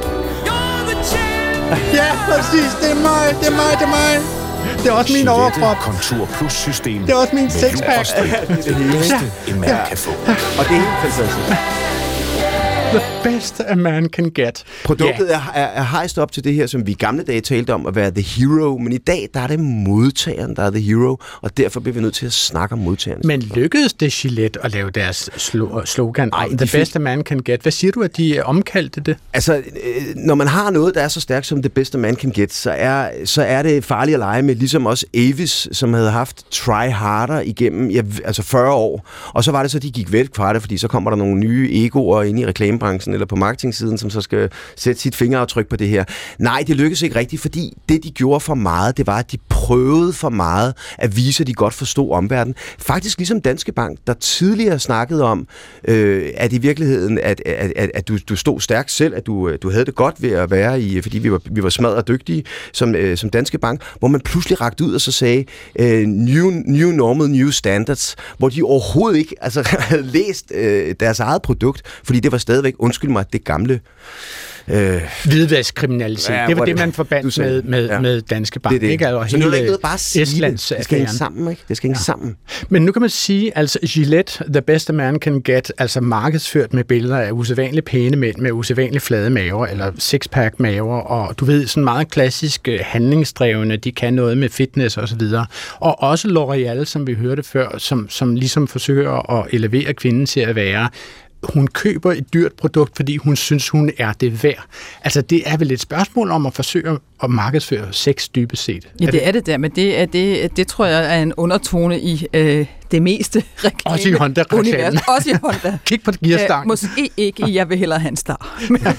Ja, præcis. Det er mig. Det er mig. Det er mig. Det er også min overkrop. Kontur Plus system. Det er også min sixpack. Det er det eneste, en mand kan få. Og det er helt fantastisk. The best a man can get. Produktet er hejst op til det her, som vi i gamle dage talte om at være the hero, men i dag, der er det modtageren, der er the hero, og derfor bliver vi nødt til at snakke om modtageren. Men lykkedes det Gillette at lave deres slogan om the best a man can get? Hvad siger du, at de omkaldte det? Altså, når man har noget, der er så stærkt som the best a man can get, så er det farligt at lege med, ligesom også Avis, som havde haft Try Harder igennem 40 år, og så var det så, de gik væk fra det, fordi så kommer der nogle nye egoer ind i reklamebranchen eller på marketingsiden, som så skal sætte sit fingeraftryk på det her. Nej, det lykkedes ikke rigtigt, fordi det, de gjorde for meget, det var, at de prøvede for meget at vise, at de godt forstod omverdenen. Faktisk ligesom Danske Bank, der tidligere snakkede om, at i virkeligheden, at du stod stærkt selv, at du havde det godt ved at være i, fordi vi var smadret dygtige som Danske Bank, hvor man pludselig rakte ud og så sagde, new normal, new standards, hvor de overhovedet ikke havde læst deres eget produkt, fordi det var stadigvæk, undskyld mig, det gamle hvidvaskkriminalitet. Ja, det var det, man forbandt med Danske Bank. Det. Ikke? Så nu er der ikke noget bare at sige det. Det skal hænge sammen, ikke? Det skal hænge sammen. Men nu kan man sige, altså Gillette, the best a man can get, altså markedsført med billeder af usædvanligt pæne mænd med usædvanligt flade maver, eller sixpack maver, og du ved, sådan meget klassisk handlingsdrevne, de kan noget med fitness og så videre. Og også L'Oreal, som vi hørte før, som ligesom forsøger at elevere kvinden til at være. Hun køber et dyrt produkt, fordi hun synes, hun er det værd. Altså, det er vel et spørgsmål om at forsøge at markedsføre sex dybest set. Ja, det er det der, men det tror jeg er en undertone i det meste reklame. Også i Honda-reklamen. Også i Honda. Kig på gearstangen. Måske ikke, jeg vil hellere have en star.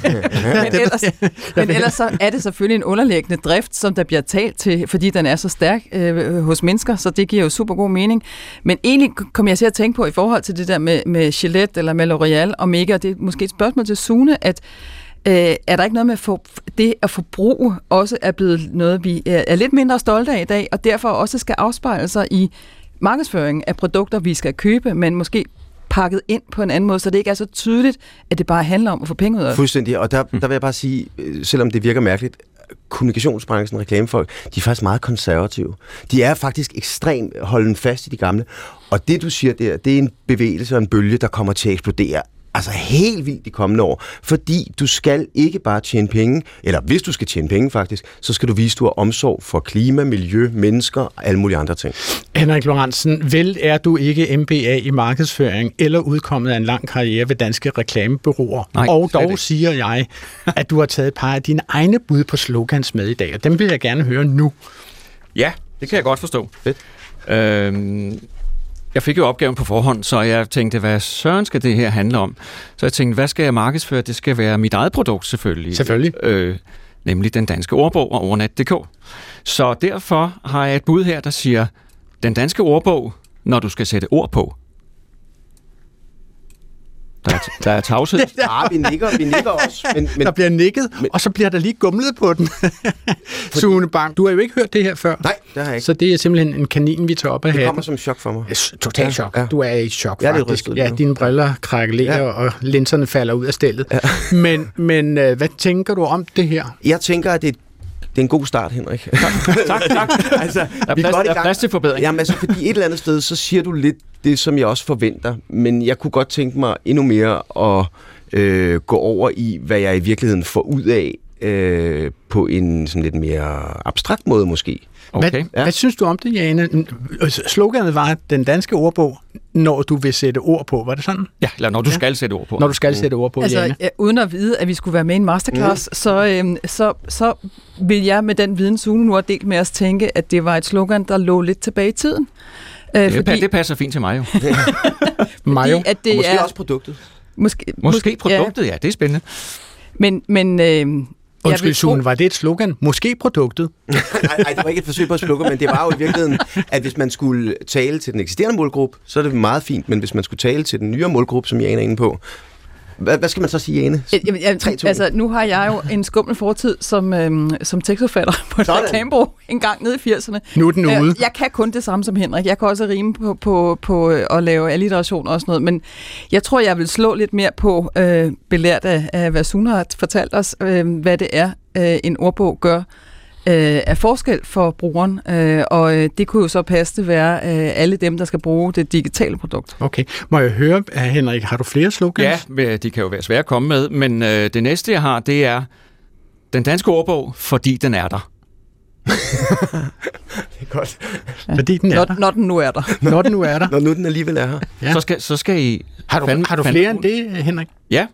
men ellers så er det selvfølgelig en underliggende drift, som der bliver talt til, fordi den er så stærk hos mennesker, så det giver jo super god mening. Men egentlig kom jeg til at tænke på i forhold til det der med Gillette eller med L'Oreal og Mega, det er måske et spørgsmål til Sune, at er der ikke noget med det at forbruge også er blevet noget, vi er lidt mindre stolte af i dag, og derfor også skal afspejle sig i markedsføringen af produkter, vi skal købe, men måske pakket ind på en anden måde, så det ikke er så tydeligt, at det bare handler om at få penge ud af. Fuldstændig, og der vil jeg bare sige, selvom det virker mærkeligt, kommunikationsbranchen, reklamefolk, de er faktisk meget konservative. De er faktisk ekstremt holden fast i de gamle, og det du siger der, det er en bevægelse og en bølge, der kommer til at eksplodere helt vildt de kommende år, fordi du skal ikke bare tjene penge, eller hvis du skal tjene penge faktisk, så skal du vise, at du har omsorg for klima, miljø, mennesker og alle mulige andre ting. Henrik Lorentzen, vel er du ikke MBA i markedsføring eller udkommet af en lang karriere ved danske reklamebureauer, og dog siger jeg, at du har taget et par af dine egne bud på slogans med i dag, og dem vil jeg gerne høre nu. Ja, det kan jeg godt forstå. Fedt. Jeg fik jo opgaven på forhånd, så jeg tænkte, hvad søren skal det her handle om? Så jeg tænkte, hvad skal jeg markedsføre? Det skal være mit eget produkt, selvfølgelig. Nemlig den danske ordbog og ordnet.dk. Så derfor har jeg et bud her, der siger, den danske ordbog, når du skal sætte ord på. Der er tavshed. Ja, vi nikker også. Men, der bliver nikket, og så bliver der lige gumlet på den. Sune Bang, du har jo ikke hørt det her før. Nej, det har jeg ikke. Så det er simpelthen en kanin, vi tager op af hatten. Det kommer som chok for mig. Totalt chok. Ja. Du er i chok, jeg faktisk. Ja, dine briller krakelerer, og linserne falder ud af stillet. Ja. Men hvad tænker du om det her? Jeg tænker, at det er en god start, Henrik. Tak. Altså, der er plads til forbedring. Jamen altså, fordi et eller andet sted, så siger du lidt det, som jeg også forventer. Men jeg kunne godt tænke mig endnu mere at gå over i, hvad jeg i virkeligheden får ud af på en sådan lidt mere abstrakt måde måske. Okay. Hvad synes du om det, Jane? Sloganet var den danske ordbog, når du vil sætte ord på. Var det sådan? Ja, eller når du skal sætte ord på. Når du skal sætte ord på, altså, Jane. Uden at vide, at vi skulle være med i en masterclass, så vil jeg med den viden, Sune nu har delt med os, tænke, at det var et slogan, der lå lidt tilbage i tiden. Det passer fint til mig jo. Mayo. At det måske er, også produktet. Måske produktet, ja, det er spændende. Men undskyld, Sune, var det et slogan? Måske produktet? Nej, det var ikke et forsøg på at slukke, men det var jo i virkeligheden, at hvis man skulle tale til den eksisterende målgruppe, så er det meget fint, men hvis man skulle tale til den nye målgruppe, som Jane er inde på, hvad skal man så sige, Jane? Altså, nu har jeg jo en skummel fortid som tekstforfatter på et reklamebureau en gang nede i 80'erne. Nu er den ude. Jeg kan kun det samme som Henrik. Jeg kan også rime på at lave alliteration og sådan noget, men jeg tror, jeg vil slå lidt mere på, belært af hvad Sune har fortalt os, hvad det er, en ordbog gør af forskel for brugeren, og det kunne jo så passe være alle dem, der skal bruge det digitale produkt. Okay. Må jeg høre, Henrik, har du flere slogans? Ja, de kan jo være svære at komme med, men det næste, jeg har, det er den danske ordbog, fordi den er der. Det er godt. Ja. Fordi den er der. Når den nu er der. Når den nu er der. Når nu den alligevel er her. Ja. Så skal I... Har du flere end det, Henrik? Ja.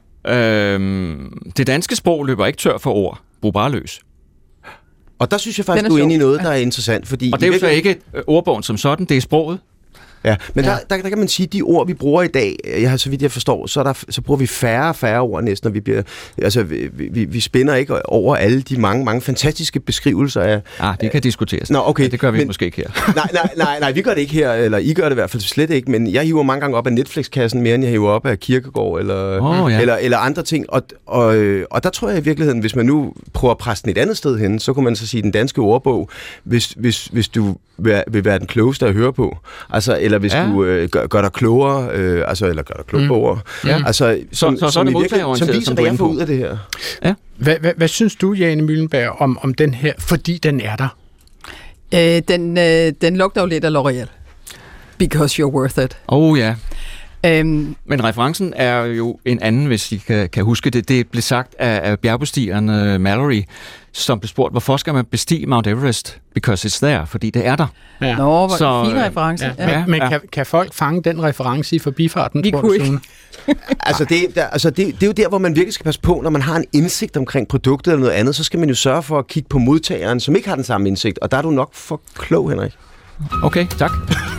Det danske sprog løber ikke tør for ord. Brug bare løs. Og der synes jeg faktisk, du er inde i noget, der er interessant. Fordi og det er jo så ikke ordbogen som sådan, det er sproget. Ja, men der kan man sige, at de ord, vi bruger i dag, så vidt jeg forstår, så bruger vi færre og færre ord næsten, når vi bliver... Altså, vi spænder ikke over alle de mange fantastiske beskrivelser af... det kan diskuteres. Nå, okay. Ja, det gør vi måske ikke her. Nej, vi gør det ikke her, eller I gør det i hvert fald slet ikke, men jeg hiver mange gange op af Netflix-kassen, mere end jeg hiver op af Kierkegaard, eller andre ting, og der tror jeg i virkeligheden, hvis man nu prøver at presse den et andet sted hen, så kunne man så sige, den danske ordbog, hvis du vil være den klogeste at høre på, altså, eller hvis du gør dig klogere, eller gør dig klog på ord. Ja. Altså, som viser, hvad jeg får ud af det her. Ja. Hvad synes du, Jane Müllenberg, om den her, fordi den er der? Den lugter jo lidt af L'Oreal. Because you're worth it. Ja. Men referencen er jo en anden, hvis I kan huske det. Det blev sagt af bjergbestigeren Mallory, som blev spurgt, hvorfor skal man bestige Mount Everest? Because it's there, fordi det er der. Ja. Nå, hvor fin reference. Ja. Men kan folk fange den reference i forbifarten? Vi kunne ikke. Det er jo der, hvor man virkelig skal passe på, når man har en indsigt omkring produktet eller noget andet, så skal man jo sørge for at kigge på modtageren, som ikke har den samme indsigt, og der er du nok for klog, Henrik. Okay, tak.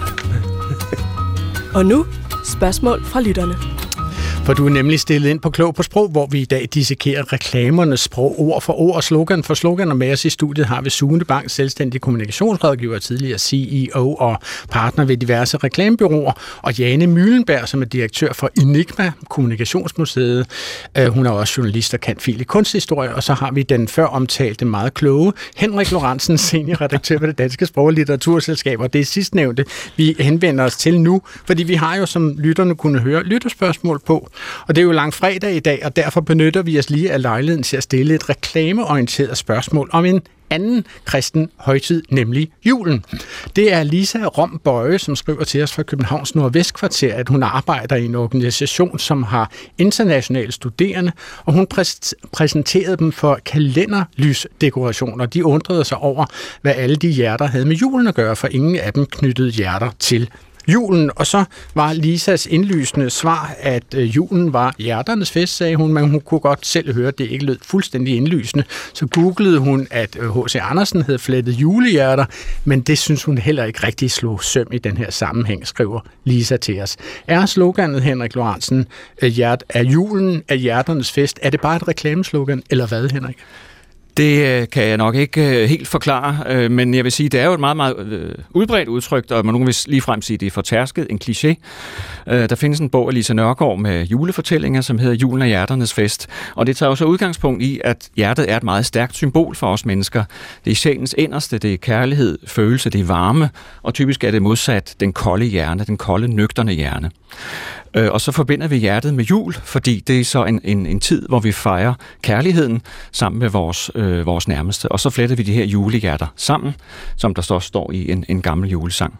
Og nu spørgsmål fra lytterne. For du er nemlig stillet ind på Klog på Sprog, hvor vi i dag dissekerer reklamernes sprog ord for ord og slogan for slogan. Og med os i studiet har vi Sune Bang, selvstændig kommunikationsrådgiver, tidligere CEO og partner ved diverse reklamebureauer, og Jane Müllenberg, som er direktør for Enigma, Kommunikationsmuseet. Hun er også journalist og cand.phil. i kunsthistorie. Og så har vi den før omtalte meget kloge Henrik Lorentzen, seniorredaktør ved det Danske Sprog- og Litteraturselskab. Og det er sidstnævnte, vi henvender os til nu, fordi vi har jo, som lytterne kunne høre, lytterspørgsmål på. Og det er jo langfredag i dag, og derfor benytter vi os lige af lejligheden til at stille et reklameorienteret spørgsmål om en anden kristen højtid, nemlig julen. Det er Lisa Rom Bøje, som skriver til os fra Københavns Nordvestkvarter, at hun arbejder i en organisation, som har internationale studerende, og hun præsenterede dem for kalenderlysdekorationer. De undrede sig over, hvad alle de hjerter havde med julen at gøre, for ingen af dem knyttede hjerter til julen, og så var Lisas indlysende svar, at julen var hjerternes fest, sagde hun, men hun kunne godt selv høre, at det ikke lød fuldstændig indlysende. Så googlede hun, at H.C. Andersen havde flettet julehjerter, men det synes hun heller ikke rigtig slog søm i den her sammenhæng, skriver Lisa til os. Er sloganet, Henrik Lorentzen, er julen af hjerternes fest, er det bare et reklameslogan, eller hvad, Henrik? Det kan jeg nok ikke helt forklare, men jeg vil sige, det er jo et meget, meget udbredt udtryk, og nogen vil ligefrem sige, at det er fortærsket, en kliché. Der findes en bog af Lisa Nørgaard med julefortællinger, som hedder Julen af hjerternes fest, og det tager også udgangspunkt i, at hjertet er et meget stærkt symbol for os mennesker. Det er sjælens inderste, det er kærlighed, følelse, det er varme, og typisk er det modsat den kolde hjerne, den kolde, nøgterne hjerne. Og så forbinder vi hjertet med jul, fordi det er så en tid, hvor vi fejrer kærligheden sammen med vores nærmeste. Og så fletter vi de her julehjerter sammen, som der så står i en gammel julesang.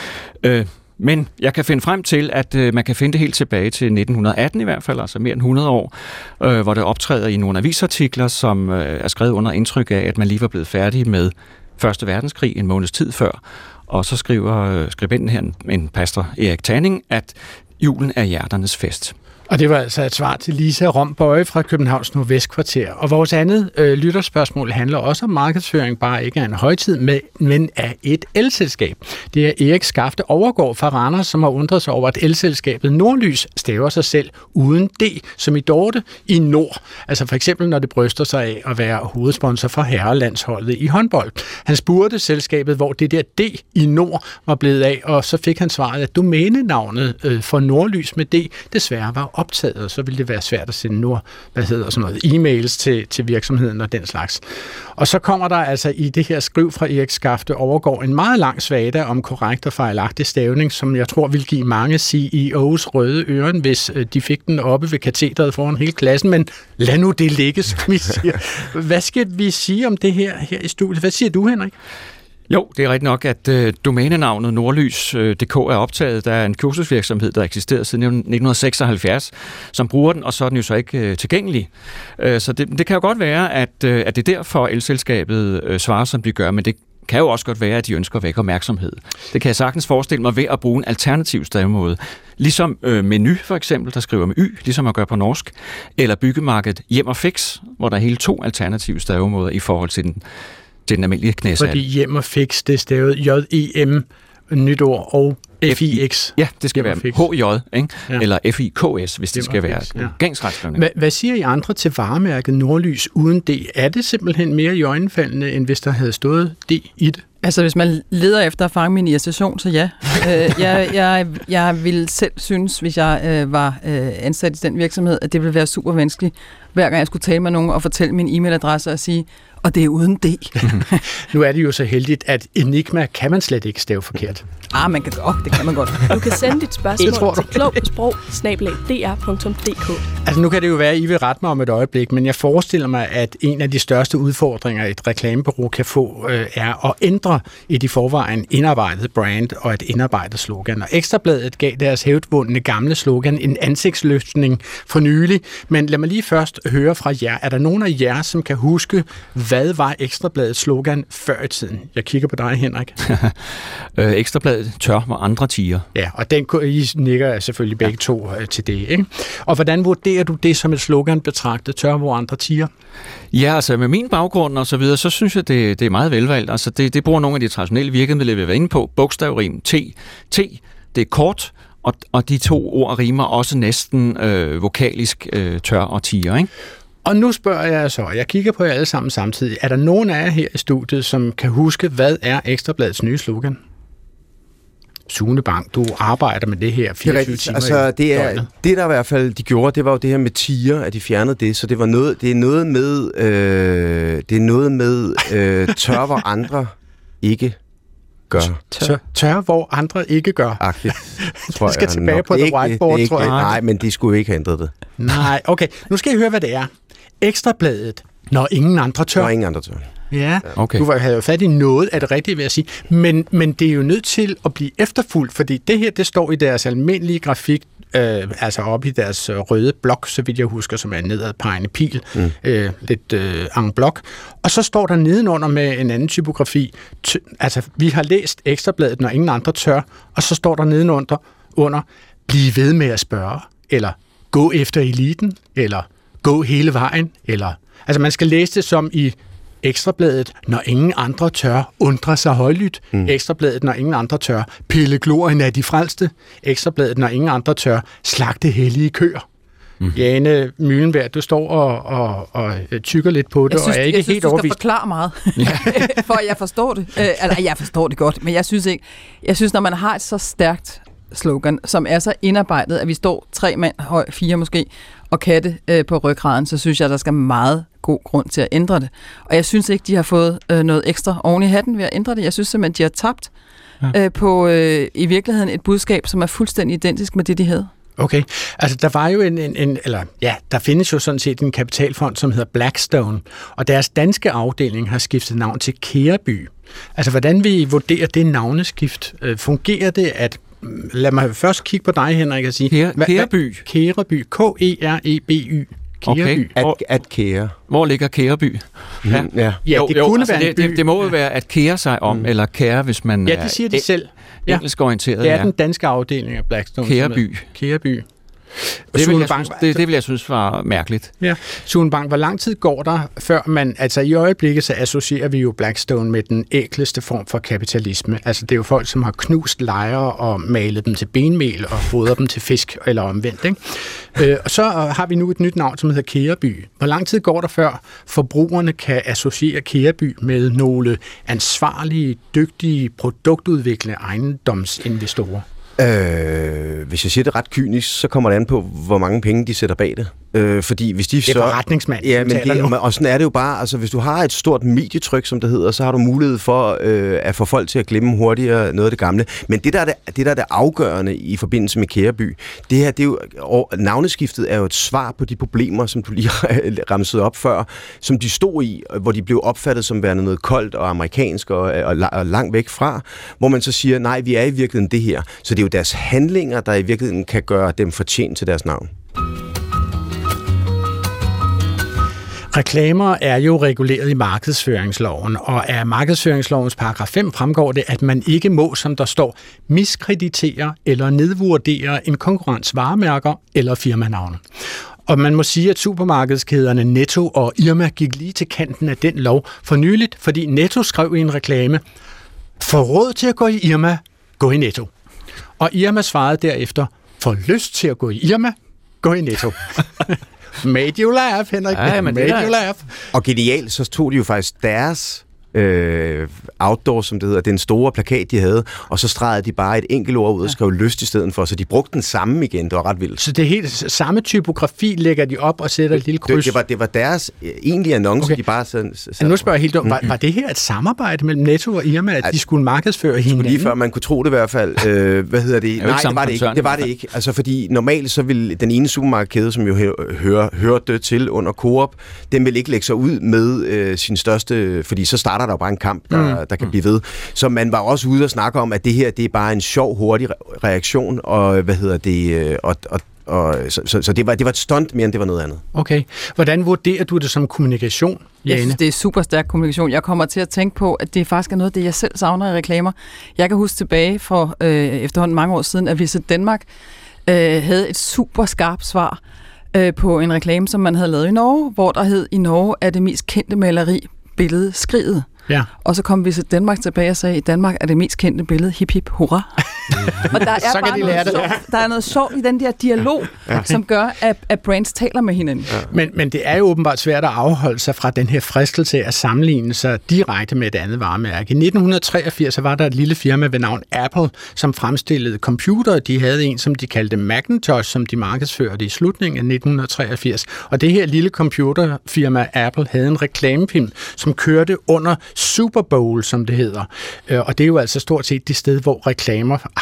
Men jeg kan finde frem til, at man kan finde det helt tilbage til 1918 i hvert fald, altså mere end 100 år, hvor det optræder i nogle avisartikler, som er skrevet under indtryk af, at man lige var blevet færdig med Første Verdenskrig en måneds tid før. Og så skriver skribenten her, en pastor Erik Tanning, at julen er hjerternes fest. Og det var altså et svar til Lisa Rombøje fra Københavns Nordvestkvarter. Og vores andet lytterspørgsmål handler også om markedsføring, bare ikke af en højtid, men af et elselskab. Det er Erik Skafte Overgaard fra Randers, som har undret sig over, at elselskabet Nordlys staver sig selv uden D, som i Dorte i Nord. Altså for eksempel, når det bryster sig af at være hovedsponsor for herrelandsholdet i håndbold. Han spurgte selskabet, hvor det der D i Nord var blevet af, og så fik han svaret, at domænenavnet for Nordlys med D desværre var optaget, og så ville det være svært at sende e-mails til virksomheden og den slags. Og så kommer der altså i det her skriv fra Erik Skafte Overgaard en meget lang svada om korrekt og fejlagtig stavning, som jeg tror vil give mange CEOs røde øren, hvis de fik den oppe ved katedret foran hele klassen, men lad nu det ligge, som vi siger. Hvad skal vi sige om det her i studiet? Hvad siger du, Henrik? Jo, det er rigtigt nok, at domænenavnet Nordlys.dk er optaget. Der er en kursusvirksomhed, der eksisterer siden 1976, som bruger den, og så er den jo så ikke tilgængelig. Så det kan jo godt være, at det er derfor elselskabet svarer, som de gør, men det kan jo også godt være, at de ønsker væk opmærksomhed. Det kan jeg sagtens forestille mig ved at bruge en alternativ stavemåde. Ligesom Menu for eksempel, der skriver med Y, ligesom man gør på norsk, eller byggemarkedet Hjem og Fix, hvor der er hele 2 alternative stavemåder i forhold til den almindelige knæsal. Fordi Hjem og Fix, det er stavet J-E-M, nytår, og F-I-X. Ja, det skal være H-J, ikke? Ja. Eller F-I-K-S, hvis det skal være gangsretskrivning. Hvad siger I andre til varemærket Nordlys uden D? Er det simpelthen mere iøjnefaldende, end hvis der havde stået D i det? Altså, hvis man leder efter at fange min irritation, så ja. Jeg ville selv synes, hvis jeg var ansat i den virksomhed, at det ville være super vanskeligt, hver gang jeg skulle tale med nogen og fortælle min e-mailadresse og sige, og det er uden D. Nu er det jo så heldigt, at Enigma kan man slet ikke stave forkert. Man kan godt. Det kan man godt. Du kan sende dit spørgsmål til klogspråg@dr.dk. Altså nu kan det jo være, at I vil rette mig om et øjeblik, men jeg forestiller mig, at en af de største udfordringer, et reklamebureau kan få, er at ændre et i forvejen indarbejdet brand og et indarbejdet slogan. Og Ekstrabladet gav deres hævdvundne gamle slogan en ansigtsløftning for nylig. Men lad mig lige først høre fra jer. Er der nogen af jer, som kan huske, hvad var Ekstrabladets slogan før i tiden? Jeg kigger på dig, Henrik. Ekstrabladet tør, hvor andre tiger. Ja, og den I nikker selvfølgelig begge to til det, ikke? Og hvordan vurderer du det som et slogan betragtet, tør, hvor andre tiger? Ja, altså med min baggrund og så videre, så synes jeg, det er meget velvalgt. Altså det bruger nogle af de traditionelle virkemidler, vi var inde på. Bogstavrim T, det er kort, og de 2 ord rimer også næsten vokalisk tør og tiger, ikke? Og nu spørger jeg så, jeg kigger på jer alle sammen samtidig. Er der nogen af jer her i studiet, som kan huske, hvad er Ekstrabladets nye slogan? Sune Bang, du arbejder med det her 24 timer altså, det der i hvert fald de gjorde, det var jo det her med tiger, at de fjernede det, så det var noget, det er noget med tør, hvor andre ikke gør. Tør, hvor andre ikke gør. Agtigt, tror jeg. Det skal tilbage på the whiteboard, tror jeg. Nej, men de skulle ikke have ændret det. Nej, okay. Nu skal I høre, hvad det er. Ekstrabladet, når ingen andre tør. Når ingen andre tør. Ja, okay. Du havde jo fat i noget af det rigtige, vil jeg sige. Men det er jo nødt til at blive efterfulgt, fordi det her, det står i deres almindelige grafik, altså op i deres røde blok, så vidt jeg husker, som er nedadpegende pil, lidt en blok. Og så står der nedenunder med en anden typografi, altså vi har læst Ekstrabladet, når ingen andre tør, og så står der nedenunder, bliv ved med at spørge, eller gå efter eliten, eller gå hele vejen, eller... Altså man skal læse det som i Ekstrabladet, når ingen andre tør undre sig højlydt. Ekstrabladet, når ingen andre tør pille glorien af de frelste. Ekstrabladet, når ingen andre tør slagte hellige køer. Jane Møhlenberg, du står og tykker lidt på det, og er ikke helt overbevist. Jeg synes, du skal forklare meget, for jeg forstår det. Jeg forstår det godt, men jeg synes ikke. Jeg synes, når man har et så stærkt slogan, som er så indarbejdet, at vi står 3 mand høj, 4 måske, og katte på ryggraden, så synes jeg, der skal meget god grund til at ændre det. Og jeg synes ikke, de har fået noget ekstra oven i hatten ved at ændre det. Jeg synes simpelthen, de har tabt på i virkeligheden et budskab, som er fuldstændig identisk med det, de havde. Okay, altså der var jo der findes jo sådan set en kapitalfond, som hedder Blackstone, og deres danske afdeling har skiftet navn til Kereby. Altså hvordan vi vurderer det navneskift? Fungerer det, at lad mig først kigge på dig, Henrik, og sige... Kereby. Kereby. K-E-R-E-B-Y. Okay. At kære. Hvor ligger Kereby? Det kunne være en by. Det må jo være at kære sig om, eller kære, hvis man det siger de selv. Engelsk orienteret. Det er den danske afdeling af Blackstone. Kereby. Det vil jeg synes var mærkeligt. Ja. Sune Bang, hvor lang tid går der, før man... Altså i øjeblikket, så associerer vi jo Blackstone med den ækleste form for kapitalisme. Altså det er jo folk, som har knust lejre og malet dem til benmel og fodret dem til fisk, eller omvendt, ikke? Og så har vi nu et nyt navn, som hedder Kereby. Hvor lang tid går der, før forbrugerne kan associere Kereby med nogle ansvarlige, dygtige, produktudviklende ejendomsinvestorer? Hvis jeg siger det ret kynisk, så kommer det an på, hvor mange penge de sætter bag det. Fordi hvis de det er forretningsmand. Ja, men og sådan er det jo bare. Altså, hvis du har et stort medietryk, som det hedder, så har du mulighed for at få folk til at glemme hurtigere noget af det gamle. Men det der er det afgørende i forbindelse med Kereby, det her, det er jo, navneskiftet er jo et svar på de problemer, som du lige ramsede op før, som de stod i, hvor de blev opfattet som værende noget koldt og amerikansk og langt væk fra, hvor man så siger, nej, vi er i virkeligheden det her. Så det er jo deres handlinger, der i virkeligheden kan gøre dem fortjent til deres navn. Reklamer er jo reguleret i markedsføringsloven, og af markedsføringslovens paragraf 5 fremgår det, at man ikke må, som der står, miskreditere eller nedvurdere en konkurrents varemærker eller firmanavne. Og man må sige, at supermarkedskæderne Netto og Irma gik lige til kanten af den lov for nyligt, fordi Netto skrev i en reklame, for råd til at gå i Irma, gå i Netto. Og Irma svarede derefter, for lyst til at gå i Irma, gå i Netto. Made you laugh, Henrik. Made you laugh. Og genialt, så tog de jo faktisk deres outdoor, som det hedder, den store plakat, de havde, og så stregede de bare et enkelt ord ud og skrev lyst i stedet for, så de brugte den samme igen. Det var ret vildt. Så det helt samme typografi lægger de op og sætter et lille kryds? Det var deres egentlige annonce, okay. De bare satte. Nu spørger jeg helt om, var det her et samarbejde mellem Netto og Irma, at de skulle markedsføre hinanden? Lige før man kunne tro det i hvert fald. Hvad hedder det? Nej, det var det ikke. Det var det ikke. Altså, fordi normalt så vil den ene supermarkedskæde, som jo hørte til under Coop, den vil ikke lægge sig ud med sin største, fordi så starter der bare en kamp, der kan blive ved. Så man var også ude og snakke om, at det her, det er bare en sjov, hurtig reaktion, og så det var et stunt mere, end det var noget andet. Okay. Hvordan vurderer du det som kommunikation, Jane? Jeg synes, det er super stærk kommunikation. Jeg kommer til at tænke på, at det faktisk er noget af det, jeg selv savner i reklamer. Jeg kan huske tilbage for efterhånden mange år siden, at Visit Danmark havde et super skarpt svar på en reklame, som man havde lavet i Norge, hvor der hed, i Norge er det mest kendte maleri billedet Skriget. Ja. Og så kom vi til Danmark tilbage og sagde, at i Danmark er det mest kendte billede hip hip hurra. Og der er bare der er noget sjovt i den der dialog, som gør, at brands taler med hinanden. Ja. Men det er jo åbenbart svært at afholde sig fra den her fristelse at sammenligne sig direkte med et andet varemærke. I 1983 var der et lille firma ved navn Apple, som fremstillede computere. De havde en, som de kaldte Macintosh, som de markedsførte i slutningen af 1983. Og det her lille computerfirma Apple havde en reklamefilm, som kørte under Super Bowl, som det hedder. Og det er jo altså stort set det sted, hvor reklamer har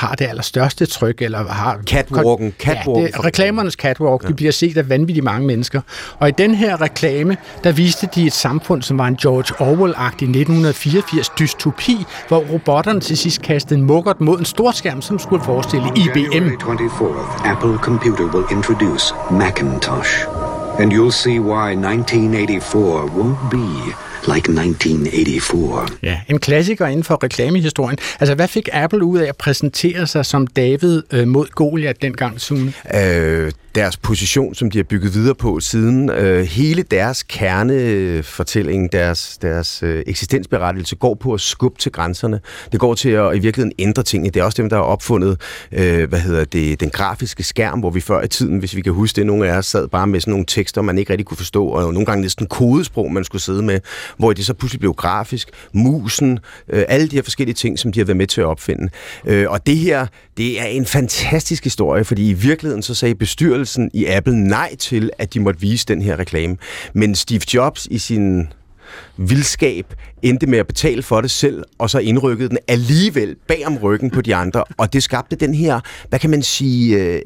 har det allerstørste tryk, eller har... Catwalken. Reklamernes catwalk, de bliver set af vanvittigt mange mennesker. Og i den her reklame, der viste de et samfund, som var en George Orwell-agtig 1984 dystopi, hvor robotterne til sidst kastede en mukkert mod en storskærm, som skulle forestille IBM. January 24th, Apple Computer will introduce Macintosh. And you'll see why 1984 won't be like 1984. Ja, en klassiker inden for reklamehistorien. Altså, hvad fik Apple ud af at præsentere sig som David mod Goliat dengang, Sune? Deres position, som de har bygget videre på siden, hele deres kernefortælling, deres eksistensberettigelse går på at skubbe til grænserne. Det går til at i virkeligheden ændre tingene. Det er også dem, der har opfundet, den grafiske skærm, hvor vi før i tiden, hvis vi kan huske det, nogle af os sad bare med sådan nogle tekster, man ikke rigtig kunne forstå, og nogle gange næsten kodesprog, man skulle sidde med, hvor det så pludselig blev grafisk, musen, alle de her forskellige ting, som de har været med til at opfinde. Og det her, det er en fantastisk historie, fordi i virkeligheden så sagde bestyrelsen i Apple nej til, at de måtte vise den her reklame. Men Steve Jobs i sin vildskab endte med at betale for det selv, og så indrykkede den alligevel bag om ryggen på de andre, og det skabte den her, hvad kan man sige...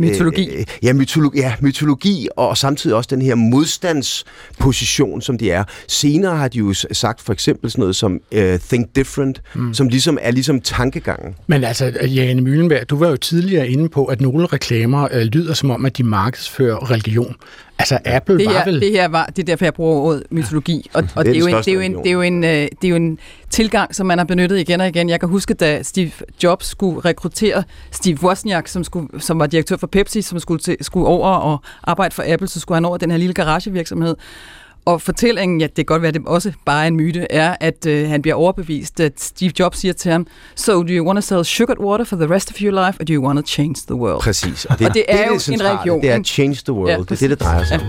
mytologi, og samtidig også den her modstandsposition, som de er. Senere har de jo sagt for eksempel sådan noget som Think Different, som ligesom er tankegangen. Men altså, Jane Møhlenberg, du var jo tidligere inde på, at nogle reklamer lyder som om, at de markedsfører religion. Altså, Apple det var vel... Det er derfor, jeg bruger ordet mytologi, og det er jo en tilgang, som man har benyttet igen og igen. Jeg kan huske, da Steve Jobs skulle rekruttere Steve Wozniak, som var direktør for Pepsi, som skulle over og arbejde for Apple, så skulle han over den her lille garagevirksomhed. Og fortællingen, ja, det kan godt være, at det også bare er en myte, er, at han bliver overbevist, at Steve Jobs siger til ham, so do you want to sell sugared water for the rest of your life, or do you want to change the world? Præcis. Og det er jo en religion. Det er change the world. Ja, det er det drejer sig om.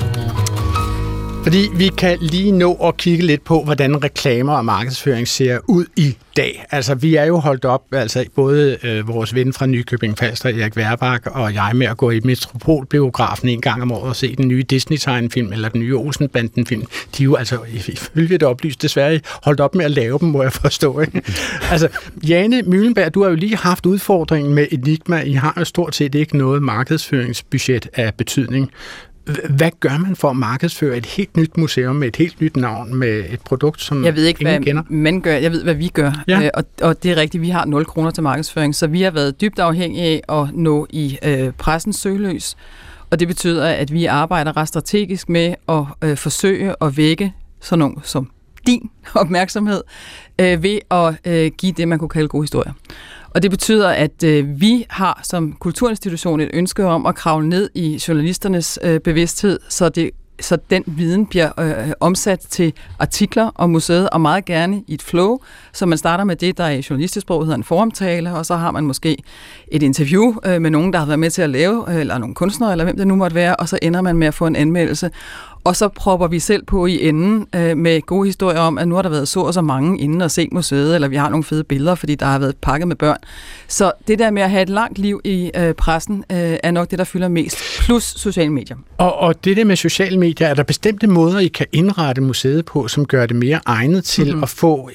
Fordi vi kan lige nå at kigge lidt på, hvordan reklamer og markedsføring ser ud i dag. Altså, vi er jo holdt op, altså både vores ven fra Nykøbing Falster, Erik Værbak, og jeg med at gå i Metropolbiografen en gang om året og se den nye Disney-tegnefilm, eller den nye Olsen-banden-film. De er jo altså, ifølge det oplyst, desværre holdt op med at lave dem, må jeg forstå. Ikke? Altså, Jane Møhlenberg, du har jo lige haft udfordringen med Enigma. I har jo stort set ikke noget markedsføringsbudget af betydning. Hvad gør man for at markedsføre et helt nyt museum med et helt nyt navn, med et produkt, som jeg ved ikke, ingen kender? Man gør. Jeg ved, hvad vi gør. Ja. Og det er rigtigt, vi har 0 kroner til markedsføring, så vi har været dybt afhængige af at nå i pressens søgelys. Og det betyder, at vi arbejder ret strategisk med at forsøge at vække sådan nogle som din opmærksomhed ved at give det, man kunne kalde gode historier. Og det betyder, at vi har som kulturinstitution et ønske om at kravle ned i journalisternes bevidsthed, så den viden bliver omsat til artikler om museet, og meget gerne i et flow, så man starter med det, der i journalistsprog hedder en foromtale, og så har man måske et interview med nogen, der har været med til at lave, eller nogle kunstnere, eller hvem det nu måtte være, og så ender man med at få en anmeldelse. Og så propper vi selv på i enden med gode historier om, at nu har der været så og så mange inden og set museet, eller vi har nogle fede billeder, fordi der har været pakket med børn. Så det der med at have et langt liv i pressen, er nok det, der fylder mest, plus sociale medier. Og det der med sociale medier, er der bestemte måder, I kan indrette museet på, som gør det mere egnet til at få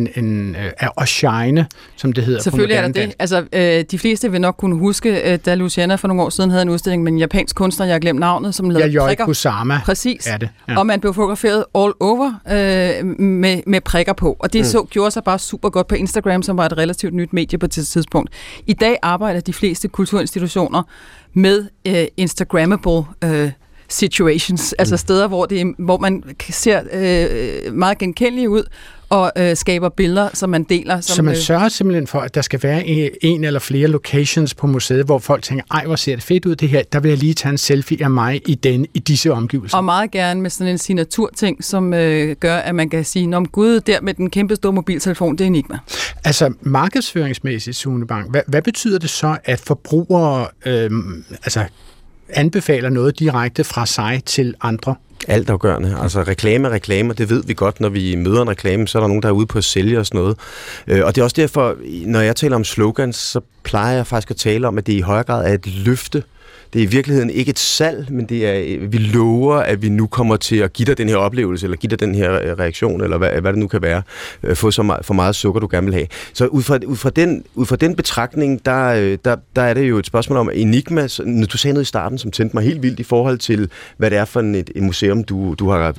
at shine, som det hedder. Selvfølgelig er der det. Altså, de fleste vil nok kunne huske, da Luciana for nogle år siden havde en udstilling med en japansk kunstner, jeg har glemt navnet, som hedder Yayoi Kusama. Præcis. Er det. Ja. Og man blev fotograferet all over med prikker på. Og det gjorde sig bare super godt på Instagram, som var et relativt nyt medie på det tidspunkt. I dag arbejder de fleste kulturinstitutioner med Instagrammable situations, altså steder, hvor man ser meget genkendelige ud, og skaber billeder, som man deler. Så man sørger simpelthen for, at der skal være en eller flere locations på museet, hvor folk tænker, ej, hvor ser det fedt ud det her, der vil jeg lige tage en selfie af mig i disse omgivelser. Og meget gerne med sådan en signaturting, som gør, at man kan sige, nå gud, der med den kæmpe store mobiltelefon, det er Enigma. Altså markedsføringsmæssigt, Sune Bang, hvad betyder det så, at forbrugere anbefaler noget direkte fra sig til andre? Altafgørende. Altså reklamer, det ved vi godt, når vi møder en reklame, så er der nogen, der er ude på at sælge og sådan noget. Og det er også derfor, når jeg taler om slogans, så plejer jeg faktisk at tale om, at det i højere grad er et løfte Det er i virkeligheden ikke et salg, men det er, vi lover, at vi nu kommer til at give dig den her oplevelse, eller give dig den her reaktion, eller hvad det nu kan være. Få for meget sukker, du gerne vil have. Så ud fra den betragtning, der er det jo et spørgsmål om Enigma. Du sagde noget i starten, som tændte mig helt vildt i forhold til, hvad det er for et museum, du har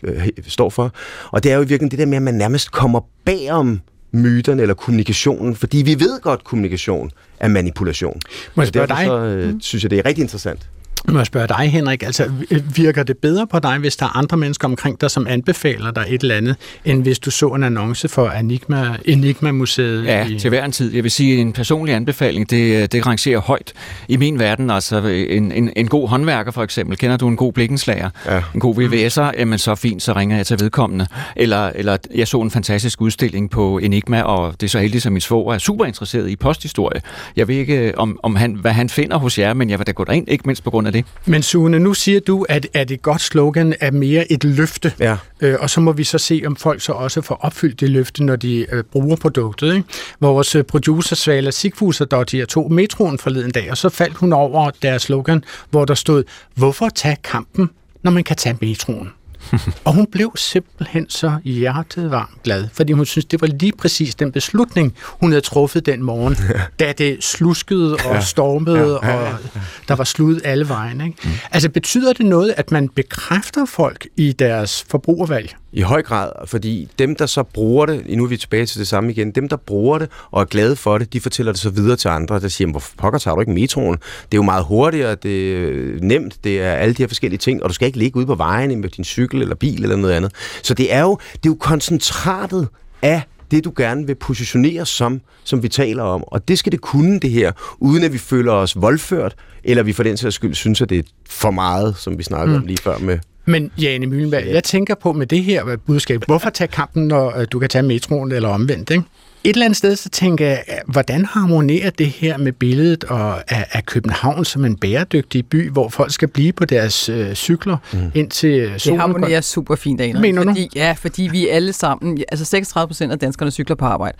står for. Og det er jo i virkeligheden det der med, at man nærmest kommer bagom myterne eller kommunikationen, fordi vi ved godt, kommunikation er manipulation. Må jeg spørge dig? Så synes jeg, det er rigtig interessant. Må jeg spørge dig, Henrik, altså virker det bedre på dig, hvis der er andre mennesker omkring dig, som anbefaler dig et eller andet, end hvis du så en annonce for Enigma-museet? Ja, til hver en tid. Jeg vil sige, en personlig anbefaling, det rangerer højt i min verden. Altså en god håndværker for eksempel. Kender du en god blikkenslager? Ja. En god VVS'er? Jamen så fint, så ringer jeg til vedkommende. Eller jeg så en fantastisk udstilling på Enigma, og det er så heldigt, som min svoger er super interesseret i posthistorie. Jeg ved ikke, hvad han finder hos jer, men jeg vil da gå derind, ikke mindst på grund af det. Men Sune, nu siger du, at et godt slogan er mere et løfte, ja. Og så må vi så se, om folk så også får opfyldt det løfte, når de bruger produktet. Ikke? Vores producer Svala Sigfuser tog metroen forleden dag, og så faldt hun over deres slogan, hvor der stod, hvorfor tage kampen, når man kan tage metroen? Og hun blev simpelthen så hjertevarmt glad, fordi hun synes, det var lige præcis den beslutning, hun havde truffet den morgen, da det sluskede og stormede, og der var slud alle vejen. Ikke? Altså betyder det noget, at man bekræfter folk i deres forbrugervalg? I høj grad, fordi dem, der så bruger det, nu er vi tilbage til det samme igen, dem, der bruger det og er glade for det, de fortæller det så videre til andre, der siger, hvorfor pokker tager du ikke metroen? Det er jo meget hurtigere, det er nemt, det er alle de her forskellige ting, og du skal ikke ligge ude på vejen med din cykel eller bil eller noget andet. Så det er jo koncentratet af det, du gerne vil positionere som vi taler om. Og det skal det kunne, det her, uden at vi føler os voldført, eller vi for den sags skyld synes, at det er for meget, som vi snakkede om lige før med. Men Jane Møllenberg, jeg tænker på med det her budskab, hvorfor tage kampen, når du kan tage metroen eller omvendt, ikke? Et eller andet sted, så tænker jeg, hvordan harmonerer det her med billedet af København som en bæredygtig by, hvor folk skal blive på deres cykler indtil solen? Det harmonerer super fint, Ane. Mener du? Ja, fordi vi alle sammen, altså 36% af danskerne cykler på arbejde.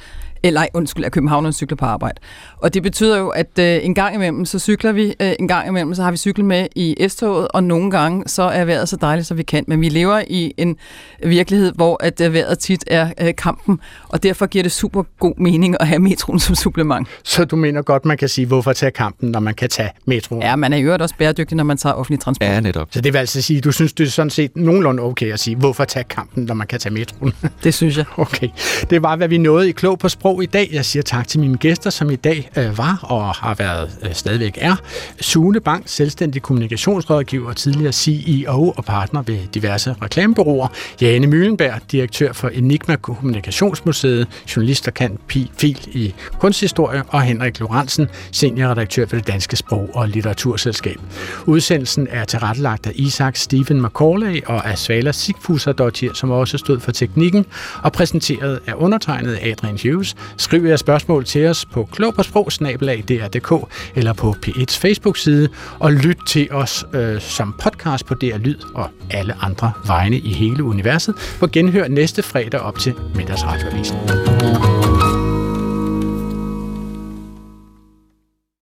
Af københavnerne cykler på arbejde. Og det betyder jo, at en gang imellem, så cykler vi, en gang imellem, så har vi cykel med i S-toget, og nogle gange, så er vejret så dejligt, så vi kan. Men vi lever i en virkelighed, hvor at vejret tit er kampen, og derfor giver det super god mening at have metroen som supplement. Så du mener godt, man kan sige, hvorfor tage kampen, når man kan tage metroen? Ja, man er jo også bæredygtig, når man tager offentlig transport. Ja, netop. Så det vil altså sige, du synes, det er sådan set nogenlunde okay at sige, hvorfor tage kampen, når man kan tage metroen? Det synes jeg. Okay. Det var, hvad vi nåede i Klog på Sprog i dag. Jeg siger tak til mine gæster, som i dag var og har været stadigvæk er. Sune Bang, selvstændig kommunikationsrådgiver og tidligere CEO og partner ved diverse reklamebureauer. Jane Møllenberg, direktør for Enigma Kommunikationsmuseet, journalist og kan fil i kunsthistorie, og Henrik Lorentzen, seniorredaktør for Det Danske Sprog- og Litteraturselskab. Udsendelsen er tilrettelagt af Isaac Stephen Macaulay og af Svala Sigfuser, som også stod for teknikken, og præsenteret af undertegnet Adrian Hughes. Skriv jeres spørgsmål til os på klogpåsprog@dr.dk eller på P1's Facebook-side, og lyt til os som podcast på DR Lyd og alle andre vegne i hele universet. På genhør næste fredag op til Middagsradioavisen.